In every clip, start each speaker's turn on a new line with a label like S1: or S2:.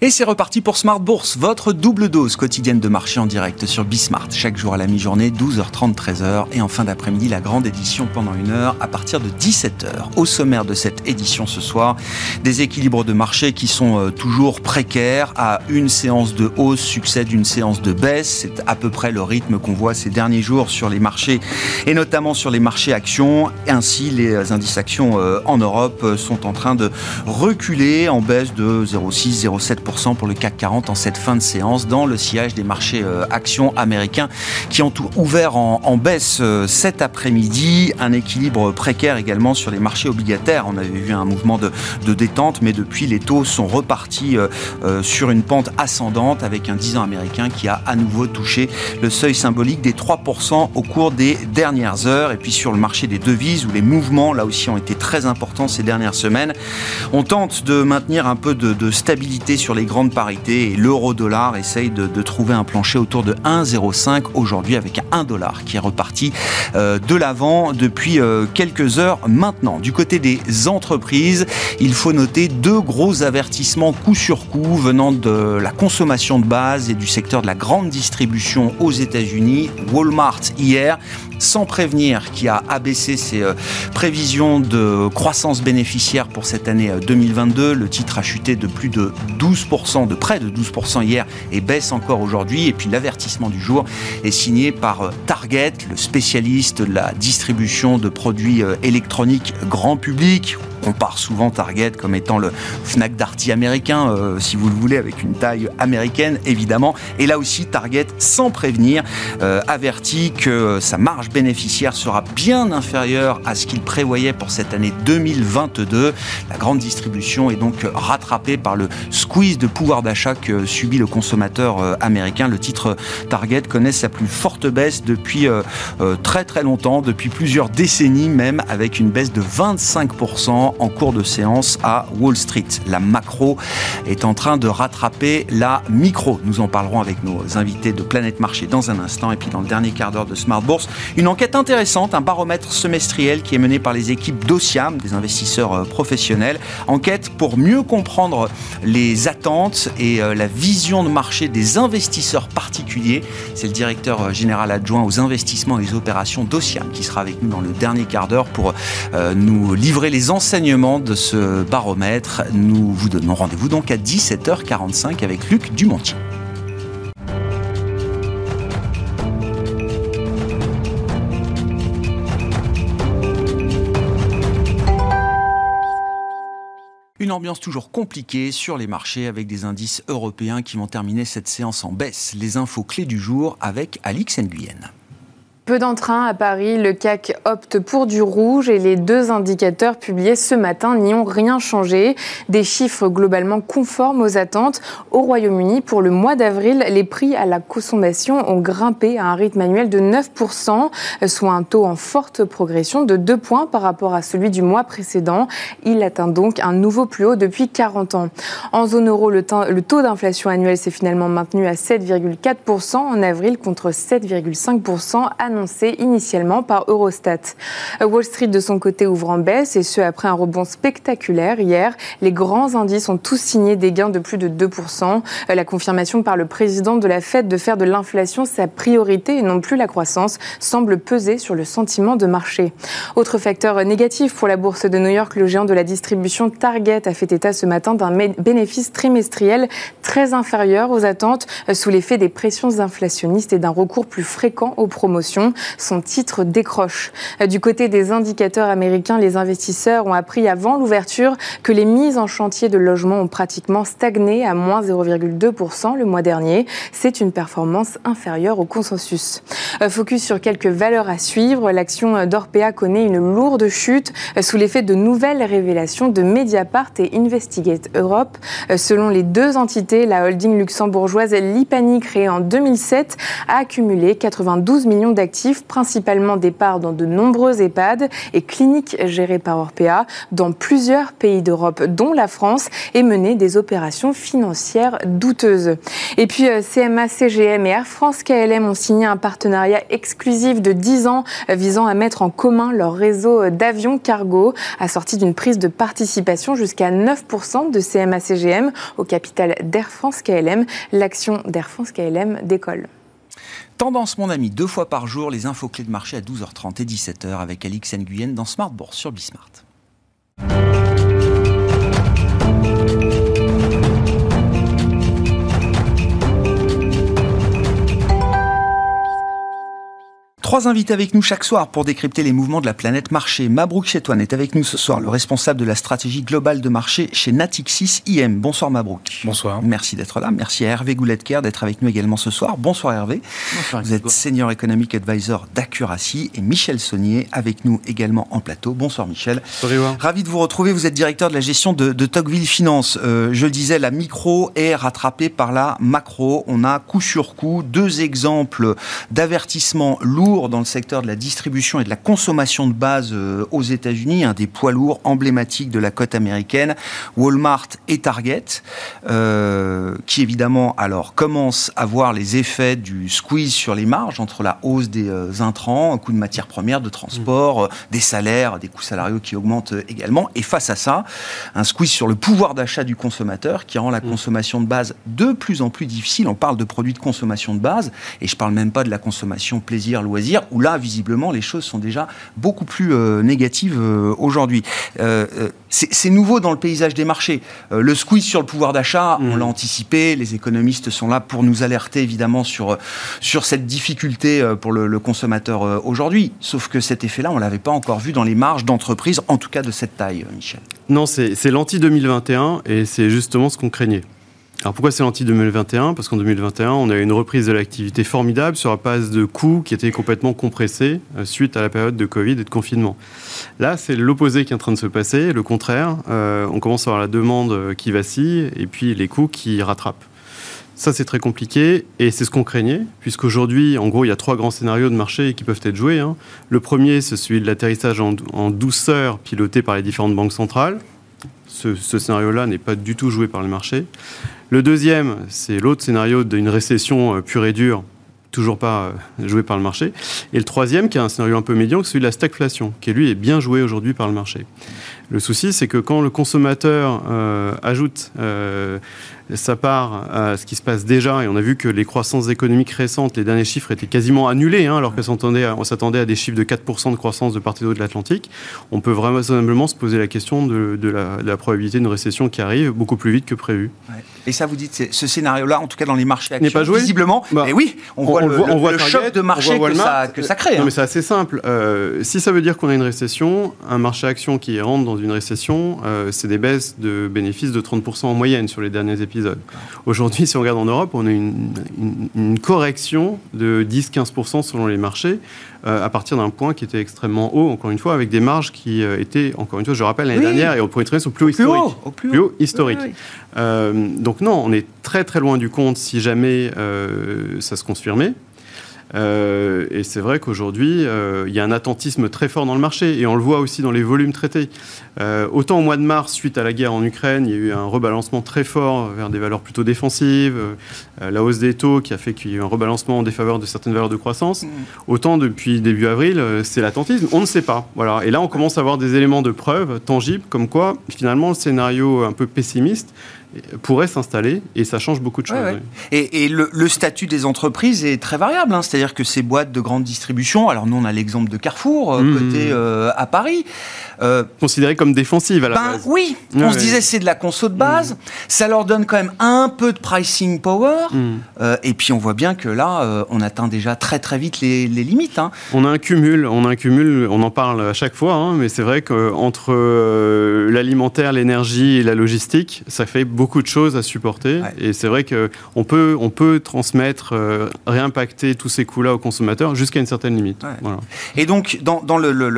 S1: Et c'est reparti pour Smart Bourse, votre double dose quotidienne de marché en direct sur Bismart. Chaque jour à la mi-journée, 12h30, 13h. Et en fin d'après-midi, la grande édition pendant 1 heure à partir de 17h. Au sommaire de cette édition ce soir, des équilibres de marché qui sont toujours précaires. À une séance de hausse succède une séance de baisse. C'est à peu près le rythme qu'on voit ces derniers jours sur les marchés et notamment sur les marchés actions. Ainsi, les indices actions en Europe sont en train de reculer en baisse de 0,6, 0,7% pour le CAC 40 en cette fin de séance dans le sillage des marchés actions américains qui ont ouvert en baisse cet après-midi. Un équilibre précaire également sur les marchés obligataires. On avait vu un mouvement de détente, mais depuis les taux sont repartis sur une pente ascendante avec un 10 ans américain qui a à nouveau touché le seuil symbolique des 3% au cours des dernières heures. Et puis sur le marché des devises où les mouvements là aussi ont été très importants ces dernières semaines, on tente de maintenir un peu de stabilité sur les grandes parités et l'euro-dollar essaye de trouver un plancher autour de 1,05 aujourd'hui avec un $1 qui est reparti de l'avant depuis quelques heures maintenant. Du côté des entreprises, il faut noter 2 gros avertissements coup sur coup venant de la consommation de base et du secteur de la grande distribution aux États-Unis. Walmart hier, sans prévenir, qui a abaissé ses prévisions de croissance bénéficiaire pour cette année 2022. Le titre a chuté de plus de 12%, de près de 12% hier et baisse encore aujourd'hui. Et puis l'avertissement du jour est signé par Target, le spécialiste de la distribution de produits électroniques grand public. On compare souvent Target comme étant le Fnac Darty américain, si vous le voulez, avec une taille américaine évidemment. Et là aussi, Target, sans prévenir, avertit que sa marge bénéficiaire sera bien inférieure à ce qu'il prévoyait pour cette année 2022. La grande distribution est donc rattrapée par le squeeze de pouvoir d'achat que subit le consommateur américain. Le titre Target connaît sa plus forte baisse depuis très très longtemps, depuis plusieurs décennies même, avec une baisse de 25% en cours de séance à Wall Street. La macro est en train de rattraper la micro. Nous en parlerons avec nos invités de Planète Marché dans un instant. Et puis dans le dernier quart d'heure de Smart Bourse, une enquête intéressante, un baromètre semestriel qui est mené par les équipes d'Ociam, des investisseurs professionnels. Enquête pour mieux comprendre les attentes et la vision de marché des investisseurs particuliers. C'est le directeur général adjoint aux investissements et aux opérations d'Ociam qui sera avec nous dans le dernier quart d'heure pour nous livrer les enseignements de ce baromètre. Nous vous donnons rendez-vous donc à 17h45 avec Luc Dumontier. Une ambiance toujours compliquée sur les marchés avec des indices européens qui vont terminer cette séance en baisse. Les infos clés du jour avec Alix Nguyen.
S2: Peu d'entrain à Paris, le CAC opte pour du rouge et les 2 indicateurs publiés ce matin n'y ont rien changé. Des chiffres globalement conformes aux attentes. Au Royaume-Uni, pour le mois d'avril, les prix à la consommation ont grimpé à un rythme annuel de 9%, soit un taux en forte progression de 2 points par rapport à celui du mois précédent. Il atteint donc un nouveau plus haut depuis 40 ans. En zone euro, le taux d'inflation annuel s'est finalement maintenu à 7,4% en avril contre 7,5% annoncé initialement par Eurostat. Wall Street, de son côté, ouvre en baisse, et ce après un rebond spectaculaire hier. Les grands indices ont tous signé des gains de plus de 2%. La confirmation par le président de la Fed de faire de l'inflation sa priorité et non plus la croissance semble peser sur le sentiment de marché. Autre facteur négatif pour la bourse de New York, le géant de la distribution Target a fait état ce matin d'un bénéfice trimestriel très inférieur aux attentes sous l'effet des pressions inflationnistes et d'un recours plus fréquent aux promotions. Son titre décroche. Du côté des indicateurs américains, les investisseurs ont appris avant l'ouverture que les mises en chantier de logements ont pratiquement stagné à moins 0,2% le mois dernier. C'est une performance inférieure au consensus. Focus sur quelques valeurs à suivre. L'action d'Orpea connaît une lourde chute sous l'effet de nouvelles révélations de Mediapart et Investigate Europe. Selon les 2 entités, la holding luxembourgeoise Lipani, créée en 2007, a accumulé 92 millions d'actifs locatifs, principalement des parts dans de nombreux EHPAD et cliniques gérées par Orpea dans plusieurs pays d'Europe, dont la France, et mener des opérations financières douteuses. Et puis CMA CGM et Air France KLM ont signé un partenariat exclusif de 10 ans visant à mettre en commun leur réseau d'avions cargo, assorti d'une prise de participation jusqu'à 9% de CMA CGM au capital d'Air France KLM. L'action d'Air France KLM décolle.
S1: Tendance, mon ami, 2 fois par jour, les infos clés de marché à 12h30 et 17h avec Alix Nguyen dans Smart Bourse sur Bismart. Trois invités avec nous chaque soir pour décrypter les mouvements de la planète marché. Mabrouk Chetouane est avec nous ce soir, le responsable de la stratégie globale de marché chez Natixis IM. Bonsoir Mabrouk.
S3: Bonsoir.
S1: Merci d'être là. Merci à Hervé Gouletker d'être avec nous également ce soir. Bonsoir Hervé.
S3: Bonsoir.
S1: Vous êtes Senior Economic Advisor d'Accuracy et Michel Saunier avec nous également en plateau. Bonsoir Michel.
S3: Bonsoir.
S1: Ravi de vous retrouver. Vous êtes directeur de la gestion de Tocqueville Finance. Je le disais, la micro est rattrapée par la macro. On a coup sur coup 2 exemples d'avertissements lourds dans le secteur de la distribution et de la consommation de base aux États-Unis, un des poids lourds emblématiques de la cote américaine, Walmart et Target, qui évidemment alors commencent à voir les effets du squeeze sur les marges entre la hausse des intrants, coûts de matières premières, de transport, des salaires, des coûts salariaux qui augmentent également. Et face à ça, un squeeze sur le pouvoir d'achat du consommateur qui rend la consommation de base de plus en plus difficile. On parle de produits de consommation de base et je ne parle même pas de la consommation plaisir-loisir où là, visiblement, les choses sont déjà beaucoup plus négatives aujourd'hui. C'est nouveau dans le paysage des marchés. Le squeeze sur le pouvoir d'achat, on l'a anticipé, les économistes sont là pour nous alerter évidemment sur cette difficulté pour le consommateur aujourd'hui. Sauf que cet effet-là, on ne l'avait pas encore vu dans les marges d'entreprises, en tout cas de cette taille, Michel.
S3: Non, c'est l'anti-2021 et c'est justement ce qu'on craignait. Alors pourquoi c'est l'anti-2021 ? Parce qu'en 2021, on a eu une reprise de l'activité formidable sur la base de coûts qui étaient complètement compressés suite à la période de Covid et de confinement. Là, c'est l'opposé qui est en train de se passer, le contraire. On commence à avoir la demande qui vacille et puis les coûts qui rattrapent. Ça, c'est très compliqué et c'est ce qu'on craignait, puisqu'aujourd'hui, en gros, il y a 3 grands scénarios de marché qui peuvent être joués. Le premier, c'est celui de l'atterrissage en douceur piloté par les différentes banques centrales. Ce scénario-là n'est pas du tout joué par le marché. Le deuxième, c'est l'autre scénario d'une récession pure et dure, toujours pas joué par le marché. Et le troisième, qui est un scénario un peu médiocre, celui de la stagflation, qui lui est bien joué aujourd'hui par le marché. Le souci, c'est que quand le consommateur ajoute sa part à ce qui se passe déjà, et on a vu que les croissances économiques récentes, les derniers chiffres étaient quasiment annulés, alors qu'on s'attendait à des chiffres de 4% de croissance de part et d'autre de l'Atlantique, on peut vraiment raisonnablement se poser la question de la probabilité d'une récession qui arrive beaucoup plus vite que prévu. Ouais.
S1: Et ça, vous dites, ce scénario-là, en tout cas dans les marchés actions,
S3: n'est pas joué,
S1: visiblement, mais oui, on voit le choc de marché que ça crée.
S3: Non, mais c'est assez simple. Si ça veut dire qu'on a une récession, un marché action qui rentre dans une récession, c'est des baisses de bénéfices de 30% en moyenne sur les derniers épisodes. Aujourd'hui, si on regarde en Europe, on a une correction de 10-15% selon les marchés, à partir d'un point qui était extrêmement haut, encore une fois, avec des marges qui étaient, encore une fois, je rappelle, l'année dernière, et on pourrait trouver au plus haut historique.
S1: Au plus haut historique.
S3: Oui. Donc non, on est très très loin du compte si jamais ça se confirmait. Et c'est vrai qu'aujourd'hui, il y a un attentisme très fort dans le marché et on le voit aussi dans les volumes traités. Autant au mois de mars, suite à la guerre en Ukraine, il y a eu un rebalancement très fort vers des valeurs plutôt défensives, la hausse des taux qui a fait qu'il y a eu un rebalancement en défaveur de certaines valeurs de croissance. Autant depuis début avril, c'est l'attentisme, on ne sait pas. Voilà. Et là, on commence à avoir des éléments de preuve tangibles, comme quoi, finalement, le scénario un peu pessimiste pourrait s'installer et ça change beaucoup de choses.
S1: Ouais. Et le statut des entreprises est très variable, c'est-à-dire que ces boîtes de grande distribution, alors nous on a l'exemple de Carrefour côté à Paris,
S3: considérées comme défensives à la base.
S1: Oui, on se disait c'est de la conso de base, ça leur donne quand même un peu de pricing power, et puis on voit bien que là on atteint déjà très très vite les limites.
S3: On a un cumul, on en parle à chaque fois, mais c'est vrai qu'entre l'alimentaire, l'énergie et la logistique, ça fait beaucoup de choses à supporter. Ouais. Et c'est vrai qu'on peut transmettre, réimpacter tous ces coûts-là aux consommateurs jusqu'à une certaine limite.
S1: Ouais. Voilà. Et donc, dans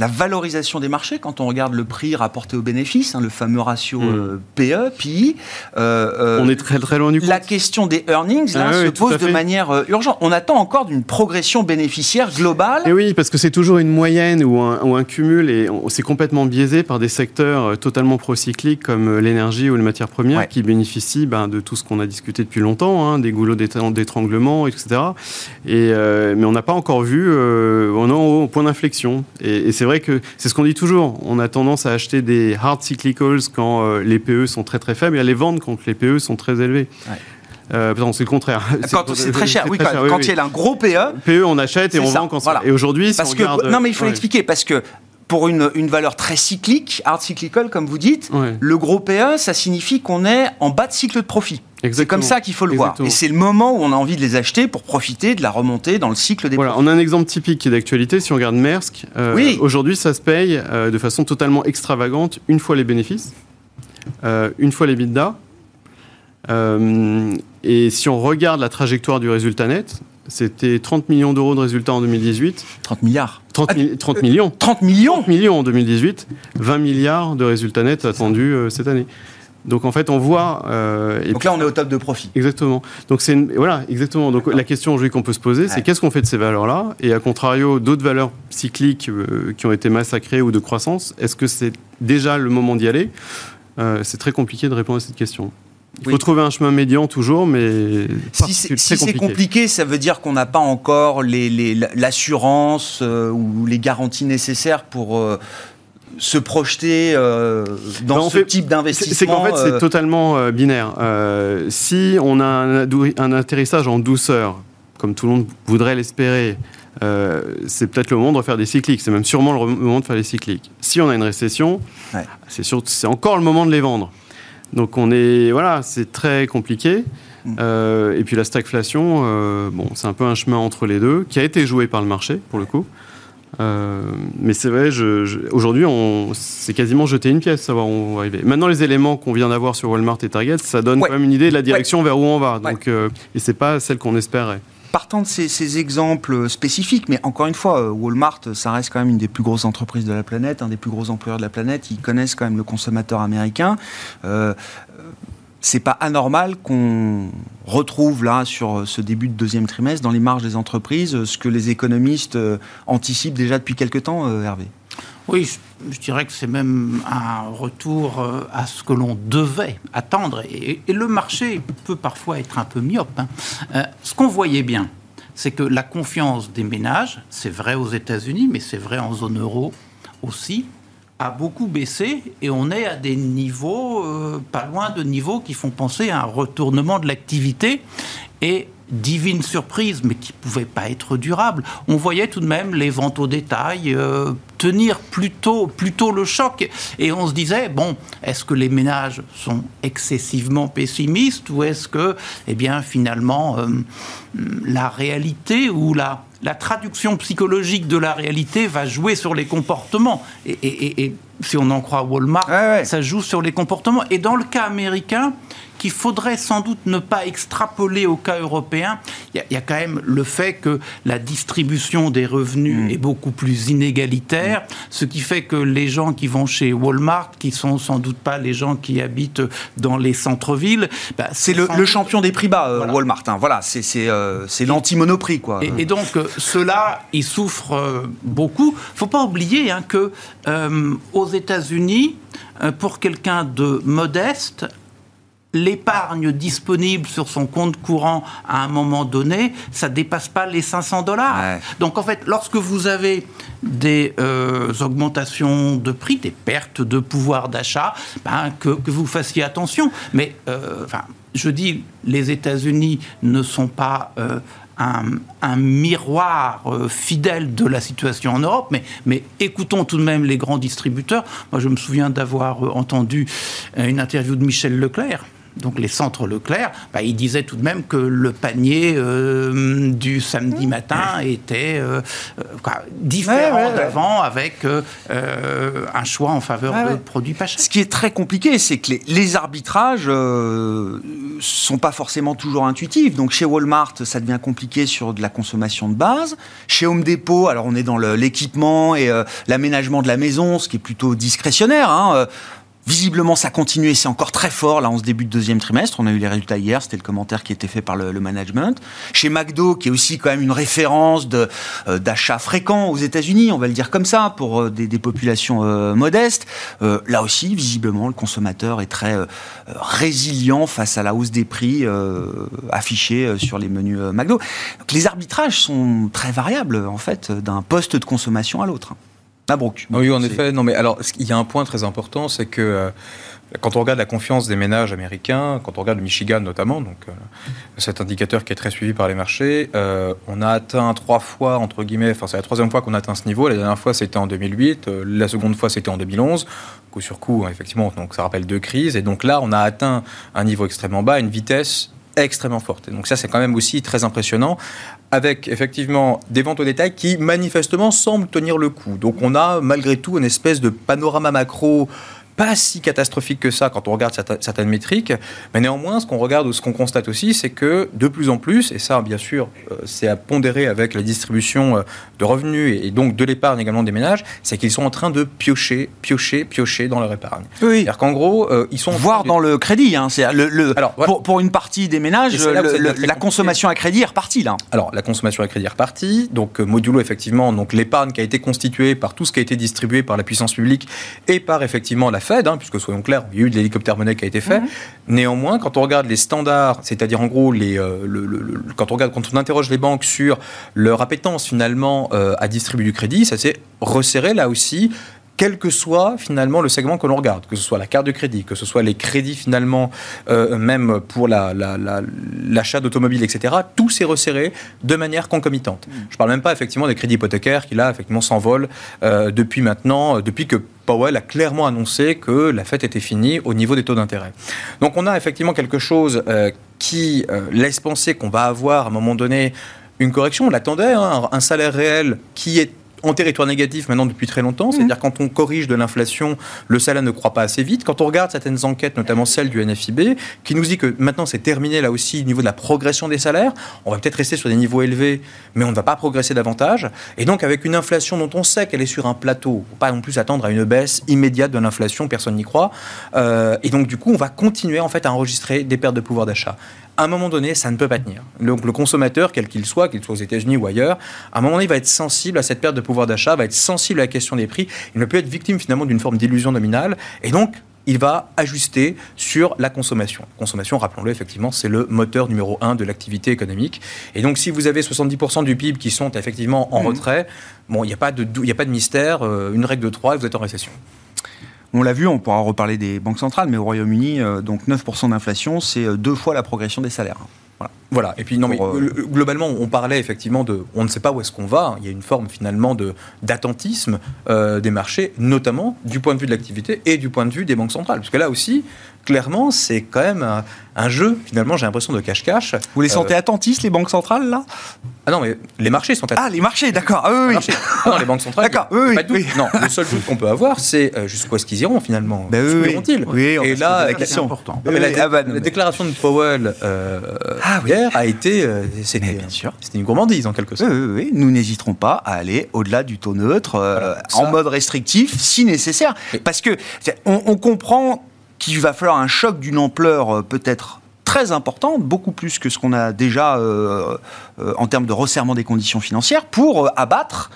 S1: la valorisation des marchés, quand on regarde le prix rapporté au bénéfice, le fameux ratio PE, PI.
S3: On est très très loin du compte.
S1: La question des earnings se pose de manière urgente. On attend encore d'une progression bénéficiaire globale.
S3: Et oui, parce que c'est toujours une moyenne ou un cumul, et c'est complètement biaisé par des secteurs totalement procycliques comme l'énergie ou les matières premières qui bénéficient de tout ce qu'on a discuté depuis longtemps, des goulots d'étranglement, etc. Mais on n'a pas encore vu, on est au point d'inflexion. Et c'est vrai que c'est ce qu'on dit toujours. On a tendance à acheter des hard cyclicals quand les PE sont très très faibles et à les vendre quand les PE sont très élevés. Pardon, c'est le contraire.
S1: C'est très cher. Quand il y a un gros PE,
S3: on achète et on vend quand ça.
S1: Voilà.
S3: Et aujourd'hui, si on regarde...
S1: Non, mais il faut l'expliquer parce que pour une valeur très cyclique, hard cyclical, comme vous dites, le gros PE, ça signifie qu'on est en bas de cycle de profit.
S3: Exactement.
S1: C'est comme ça qu'il faut le voir. Et c'est le moment où on a envie de les acheter pour profiter de la remontée dans le cycle des profits.
S3: On a un exemple typique qui est d'actualité. Si on regarde Maersk, aujourd'hui, ça se paye de façon totalement extravagante, une fois les bénéfices, une fois les EBITDA. Et si on regarde la trajectoire du résultat net, c'était 30 millions d'euros de résultats en 2018.
S1: 30 milliards
S3: 30 millions
S1: 30 millions
S3: 30 millions en 2018, 20 milliards de résultats nets attendus cette année. Donc en fait, on voit...
S1: Donc là, on est au top de profit.
S3: Exactement. Donc exactement. Donc la question aujourd'hui qu'on peut se poser, c'est qu'est-ce qu'on fait de ces valeurs-là ? Et à contrario, d'autres valeurs cycliques qui ont été massacrées ou de croissance, est-ce que c'est déjà le moment d'y aller ? C'est très compliqué de répondre à cette question. Il faut trouver un chemin médian toujours, mais
S1: si c'est compliqué, ça veut dire qu'on n'a pas encore l'assurance ou les garanties nécessaires pour se projeter dans ce type d'investissement.
S3: C'est qu'en fait, c'est totalement binaire. Si on a un atterrissage en douceur, comme tout le monde voudrait l'espérer, c'est peut-être le moment de refaire des cycliques. C'est même sûrement le moment de faire des cycliques. Si on a une récession, c'est encore le moment de les vendre. Donc c'est très compliqué. Et puis la stagflation, c'est un peu un chemin entre les deux, qui a été joué par le marché, pour le coup. Mais c'est vrai, aujourd'hui, c'est quasiment jeter une pièce, savoir où on va arriver. Maintenant, les éléments qu'on vient d'avoir sur Walmart et Target, ça donne quand même une idée de la direction vers où on va. Donc, et c'est pas celle qu'on espérait.
S1: Partant de ces exemples spécifiques, mais encore une fois, Walmart, ça reste quand même une des plus grosses entreprises de la planète, un des plus gros employeurs de la planète. Ils connaissent quand même le consommateur américain. C'est pas anormal qu'on retrouve là, sur ce début de deuxième trimestre, dans les marges des entreprises, ce que les économistes anticipent déjà depuis quelque temps, Hervé.
S4: Oui, je dirais que c'est même un retour à ce que l'on devait attendre. Et le marché peut parfois être un peu myope. Ce qu'on voyait bien, c'est que la confiance des ménages, c'est vrai aux États-Unis, mais c'est vrai en zone euro aussi, a beaucoup baissé. Et on est à des niveaux, pas loin de niveaux qui font penser à un retournement de l'activité. Et divine surprise, mais qui ne pouvait pas être durable. On voyait tout de même les ventes au détail tenir plutôt le choc. Et on se disait, est-ce que les ménages sont excessivement pessimistes ou est-ce que, finalement, la réalité ou la traduction psychologique de la réalité va jouer sur les comportements. Et si on en croit Walmart, ça joue sur les comportements. Et dans le cas américain, qu'il faudrait sans doute ne pas extrapoler au cas européen, il y a quand même le fait que la distribution des revenus est beaucoup plus inégalitaire, ce qui fait que les gens qui vont chez Walmart, qui sont sans doute pas les gens qui habitent dans les centres-villes...
S1: c'est le champion des prix bas, Walmart. C'est l'anti-monoprix, quoi.
S4: Et donc, ceux-là, ils souffrent beaucoup. Il ne faut pas oublier que aux États-Unis, pour quelqu'un de modeste, l'épargne disponible sur son compte courant à un moment donné, ça ne dépasse pas les $500. Ouais. Donc en fait, lorsque vous avez des augmentations de prix, des pertes de pouvoir d'achat, que vous fassiez attention. Mais je dis, les États-Unis ne sont pas un miroir fidèle de la situation en Europe, mais écoutons tout de même les grands distributeurs. Moi, je me souviens d'avoir entendu une interview de Michel Leclerc, donc les centres Leclerc, ils disaient tout de même que le panier du samedi matin était différent d'avant, avec un choix en faveur de produits pas chers.
S1: Ce qui est très compliqué, c'est que les arbitrages sont pas forcément toujours intuitifs. Donc chez Walmart, ça devient compliqué sur de la consommation de base. Chez Home Depot, alors on est dans l'équipement et l'aménagement de la maison, ce qui est plutôt discrétionnaire. Visiblement, ça continue et c'est encore très fort, là, en ce début de deuxième trimestre. On a eu les résultats hier, c'était le commentaire qui était fait par le management. Chez McDo, qui est aussi quand même une référence d'achat fréquent aux États-Unis, on va le dire comme ça, pour des populations modestes. Là aussi, visiblement, le consommateur est très résilient face à la hausse des prix affichés sur les menus McDo. Donc, les arbitrages sont très variables, en fait, d'un poste de consommation à l'autre.
S5: Oui, en effet. Non, mais alors, il y a un point très important, c'est que quand on regarde la confiance des ménages américains, quand on regarde le Michigan notamment, donc cet indicateur qui est très suivi par les marchés, on a atteint 3 fois, entre guillemets, c'est la 3e fois qu'on a atteint ce niveau. La dernière fois, c'était en 2008. La seconde fois, c'était en 2011. Coup sur coup, effectivement, donc ça rappelle 2 crises. Et donc là, on a atteint un niveau extrêmement bas, une vitesse extrêmement forte. Et donc ça, c'est quand même aussi très impressionnant, avec effectivement des ventes au détail qui manifestement semblent tenir le coup. Donc on a malgré tout une espèce de panorama macro pas si catastrophique que ça quand on regarde certaines métriques, mais néanmoins, ce qu'on regarde ou ce qu'on constate aussi, c'est que de plus en plus, et ça, bien sûr, c'est à pondérer avec la distribution de revenus et donc de l'épargne également des ménages, c'est qu'ils sont en train de piocher dans leur épargne.
S1: Oui.
S5: C'est-à-dire qu'en gros, ils sont...
S1: Voire dans le crédit. C'est Alors, voilà. pour une partie des ménages, la consommation à crédit est repartie, là.
S5: Alors, la consommation à crédit est repartie. Donc, modulo, effectivement, donc l'épargne qui a été constituée par tout ce qui a été distribué par la puissance publique et par, effectivement, la Fed, puisque soyons clairs, il y a eu de l'hélicoptère monnaie qui a été fait. Néanmoins, quand on regarde les standards, c'est-à-dire en gros, quand on interroge les banques sur leur appétence finalement à distribuer du crédit, ça s'est resserré là aussi, quel que soit finalement le segment que l'on regarde, que ce soit la carte de crédit, que ce soit les crédits finalement, même pour l'achat d'automobiles, etc., tout s'est resserré de manière concomitante. Je ne parle même pas effectivement des crédits hypothécaires qui là effectivement s'envolent depuis que Powell a clairement annoncé que la fête était finie au niveau des taux d'intérêt. Donc on a effectivement quelque chose qui laisse penser qu'on va avoir à un moment donné une correction. On l'attendait, un salaire réel qui est en territoire négatif maintenant depuis très longtemps, c'est-à-dire quand on corrige de l'inflation, le salaire ne croît pas assez vite. Quand on regarde certaines enquêtes, notamment celle du NFIB, qui nous dit que maintenant c'est terminé là aussi au niveau de la progression des salaires, on va peut-être rester sur des niveaux élevés, mais on ne va pas progresser davantage. Et donc avec une inflation dont on sait qu'elle est sur un plateau, faut pas non plus attendre à une baisse immédiate de l'inflation, personne n'y croit. Et donc du coup, on va continuer en fait à enregistrer des pertes de pouvoir d'achat. À un moment donné, ça ne peut pas tenir. Donc le consommateur, quel qu'il soit aux États-Unis ou ailleurs, à un moment donné, il va être sensible à cette perte de pouvoir d'achat, va être sensible à la question des prix. Il ne peut être victime finalement d'une forme d'illusion nominale. Et donc, il va ajuster sur la consommation. Consommation, rappelons-le, effectivement, c'est le moteur numéro 1 de l'activité économique. Et donc, si vous avez 70% du PIB qui sont effectivement en retrait, bon, il n'y a pas de mystère, une règle de 3 et vous êtes en récession.
S1: On l'a vu, on pourra reparler des banques centrales, mais au Royaume-Uni, donc 9% d'inflation, c'est 2 fois la progression des salaires.
S5: Voilà. Et puis, globalement, on parlait effectivement on ne sait pas où est-ce qu'on va. Il y a une forme finalement d'attentisme des marchés, notamment du point de vue de l'activité et du point de vue des banques centrales. Parce que là aussi, clairement, c'est quand même un jeu, finalement, j'ai l'impression, de cache-cache.
S1: Vous les sentez attentistes, les banques centrales, là ?
S5: Ah non, mais les marchés sont attentifs.
S1: Ah, les marchés, d'accord. Ah, oui.
S5: Non, les banques centrales.
S1: D'accord, oui.
S5: Pas de doute. Non, le seul doute qu'on peut avoir, c'est jusqu'où est-ce qu'ils iront, finalement. Jusqu'où iront-ils ?
S1: Oui,
S5: et là,
S1: la question.
S5: Important. La déclaration de Powell hier a été... c'était une gourmandise, en quelque sorte.
S1: Oui. Nous n'hésiterons pas à aller au-delà du taux neutre, en mode restrictif, si nécessaire. Parce que on comprend qu'il va falloir un choc d'une ampleur peut-être très importante, beaucoup plus que ce qu'on a déjà en termes de resserrement des conditions financières, pour abattre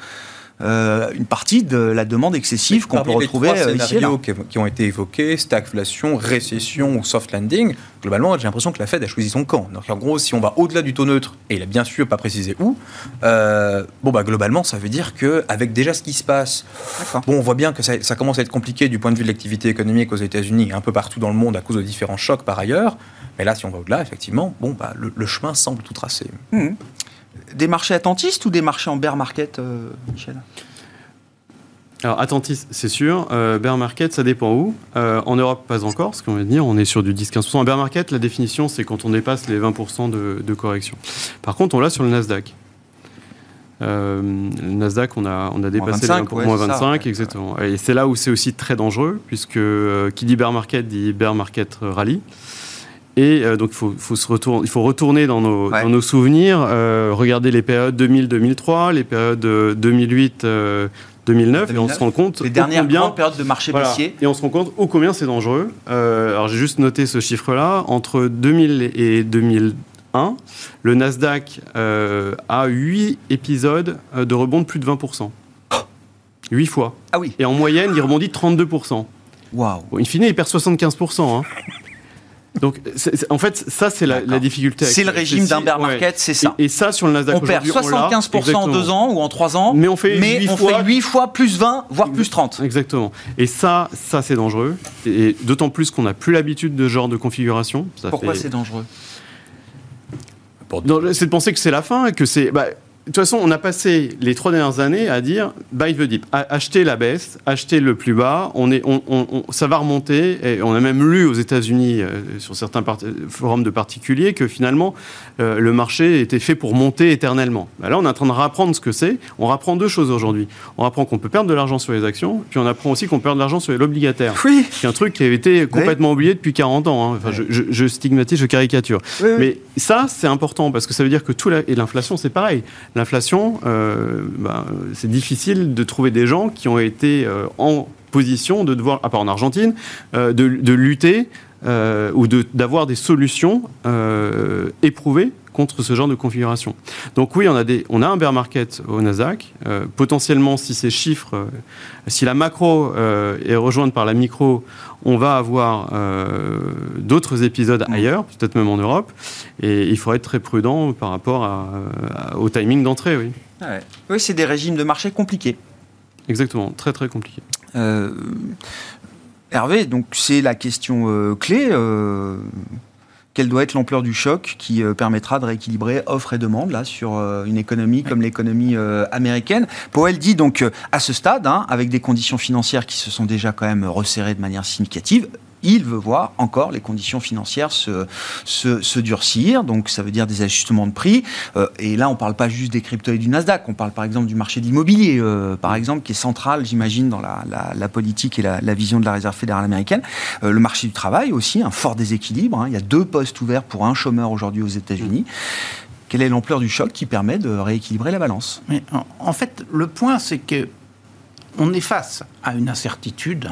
S1: une partie de la demande excessive qu'on peut retrouver
S5: ici. Les scénarios
S1: ici,
S5: qui ont été évoqués, stagflation, récession ou soft landing, globalement, j'ai l'impression que la Fed a choisi son camp. Donc en gros, si on va au-delà du taux neutre, et il a bien sûr pas précisé où, globalement, ça veut dire qu'avec déjà ce qui se passe, on voit bien que ça commence à être compliqué du point de vue de l'activité économique aux États-Unis et un peu partout dans le monde à cause de différents chocs par ailleurs. Mais là, si on va au-delà, effectivement, le chemin semble tout tracé.
S1: Des marchés attentistes ou des marchés en bear market, Michel ?
S3: Alors, Atlantis, c'est sûr. Bear market, ça dépend où. En Europe, pas encore, parce qu'on va dire, on est sur du 10-15%. Un bear market, la définition, c'est quand on dépasse les 20% de correction. Par contre, on l'a sur le Nasdaq. Le Nasdaq, on a dépassé les 20%, moins 25, ça, exactement. Ouais. Et c'est là où c'est aussi très dangereux, puisque qui dit bear market rally. Et donc, il faut retourner dans nos souvenirs, regarder les périodes 2000-2003, les périodes 2008-2009, et on se rend compte
S1: les dernières grandes périodes de marché baissier.
S3: Et on se rend compte ô combien c'est dangereux. Alors j'ai juste noté ce chiffre-là. Entre 2000 et 2001, le Nasdaq a 8 épisodes de rebond de plus de 20%. 8 fois.
S1: Ah oui.
S3: Et en moyenne, il rebondit 32%.
S1: Waouh.
S3: Bon, in fine, il perd 75%. Hein. Donc, en fait, ça, c'est la difficulté.
S1: C'est le régime d'un bear market, c'est ça.
S3: Et ça, sur le Nasdaq,
S1: on perd 75% en 2 ans ou en 3 ans, mais on fait 8 fois plus 20, voire plus 30.
S3: Exactement. Et ça c'est dangereux. Et d'autant plus qu'on n'a plus l'habitude de ce genre de configuration.
S1: Pourquoi c'est dangereux ?
S3: C'est de penser que c'est la fin, que c'est... de toute façon, on a passé les 3 dernières années à dire buy the dip, acheter la baisse, acheter le plus bas. Ça va remonter. Et on a même lu aux États-Unis sur certains forums de particuliers que finalement le marché était fait pour monter éternellement. Là, on est en train de rapprendre ce que c'est. On rapprend 2 choses aujourd'hui. On apprend qu'on peut perdre de l'argent sur les actions, puis on apprend aussi qu'on perd de l'argent sur l'obligataire.
S1: Oui.
S3: C'est un truc qui avait été complètement oublié depuis 40 ans. Hein. Enfin, je stigmatise, je caricature.
S1: Oui.
S3: Mais ça, c'est important parce que ça veut dire que et l'inflation, c'est pareil. L'inflation, c'est difficile de trouver des gens qui ont été en position de devoir, à part en Argentine, de lutter ou d'avoir des solutions éprouvées contre ce genre de configuration. Donc oui, on a un bear market au Nasdaq. Potentiellement, si ces chiffres, si la macro est rejointe par la micro, on va avoir d'autres épisodes ailleurs, peut-être même en Europe. Et il faudrait être très prudent par rapport au timing d'entrée, oui.
S1: Ouais. Oui, c'est des régimes de marché compliqués.
S3: Exactement, très très compliqués.
S1: Hervé, donc c'est la question clé. Quelle doit être l'ampleur du choc qui permettra de rééquilibrer offre et demande là, sur une économie comme l'économie américaine. Powell dit donc à ce stade, avec des conditions financières qui se sont déjà quand même resserrées de manière significative, il veut voir encore les conditions financières se durcir, donc ça veut dire des ajustements de prix. Et là, on ne parle pas juste des cryptos et du Nasdaq, on parle par exemple du marché de l'immobilier, par exemple, qui est central, j'imagine, dans la politique et la vision de la Réserve fédérale américaine. Le marché du travail aussi, un fort déséquilibre. Il y a 2 postes ouverts pour un chômeur aujourd'hui aux États-Unis. Quelle est l'ampleur du choc qui permet de rééquilibrer la balance ?
S4: Mais en fait, le point, c'est que on est face à une incertitude.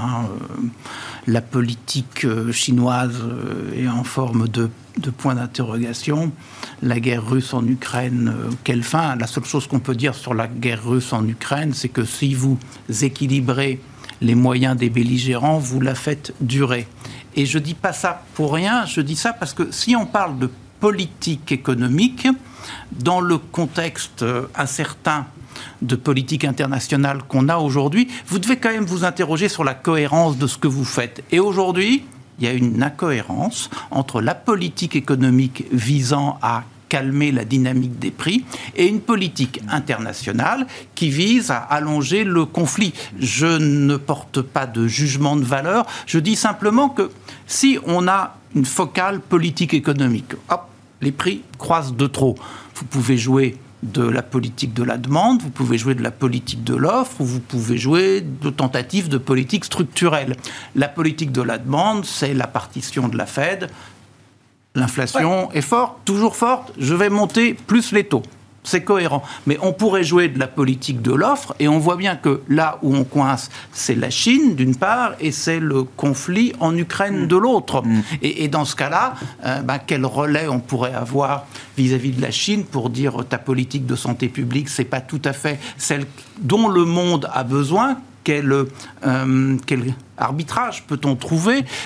S4: La politique chinoise est en forme de point d'interrogation. La guerre russe en Ukraine, quelle fin ? La seule chose qu'on peut dire sur la guerre russe en Ukraine, c'est que si vous équilibrez les moyens des belligérants, vous la faites durer. Et je ne dis pas ça pour rien, je dis ça parce que si on parle de politique économique, dans le contexte incertain de politique internationale qu'on a aujourd'hui, vous devez quand même vous interroger sur la cohérence de ce que vous faites. Et aujourd'hui, il y a une incohérence entre la politique économique visant à calmer la dynamique des prix et une politique internationale qui vise à allonger le conflit. Je ne porte pas de jugement de valeur, je dis simplement que si on a une focale politique économique, hop, les prix croissent de trop. Vous pouvez jouer de la politique de la demande, vous pouvez jouer de la politique de l'offre, ou vous pouvez jouer de tentatives de politique structurelle. La politique de la demande, c'est la partition de la Fed. L'inflation est forte, toujours forte, je vais monter plus les taux. C'est cohérent. Mais on pourrait jouer de la politique de l'offre, et on voit bien que là où on coince, c'est la Chine, d'une part, et c'est le conflit en Ukraine, de l'autre. Et dans ce cas-là, quel relais on pourrait avoir vis-à-vis de la Chine pour dire ta politique de santé publique, c'est pas tout à fait celle dont le monde a besoin. Quel arbitrage peut-on trouver ?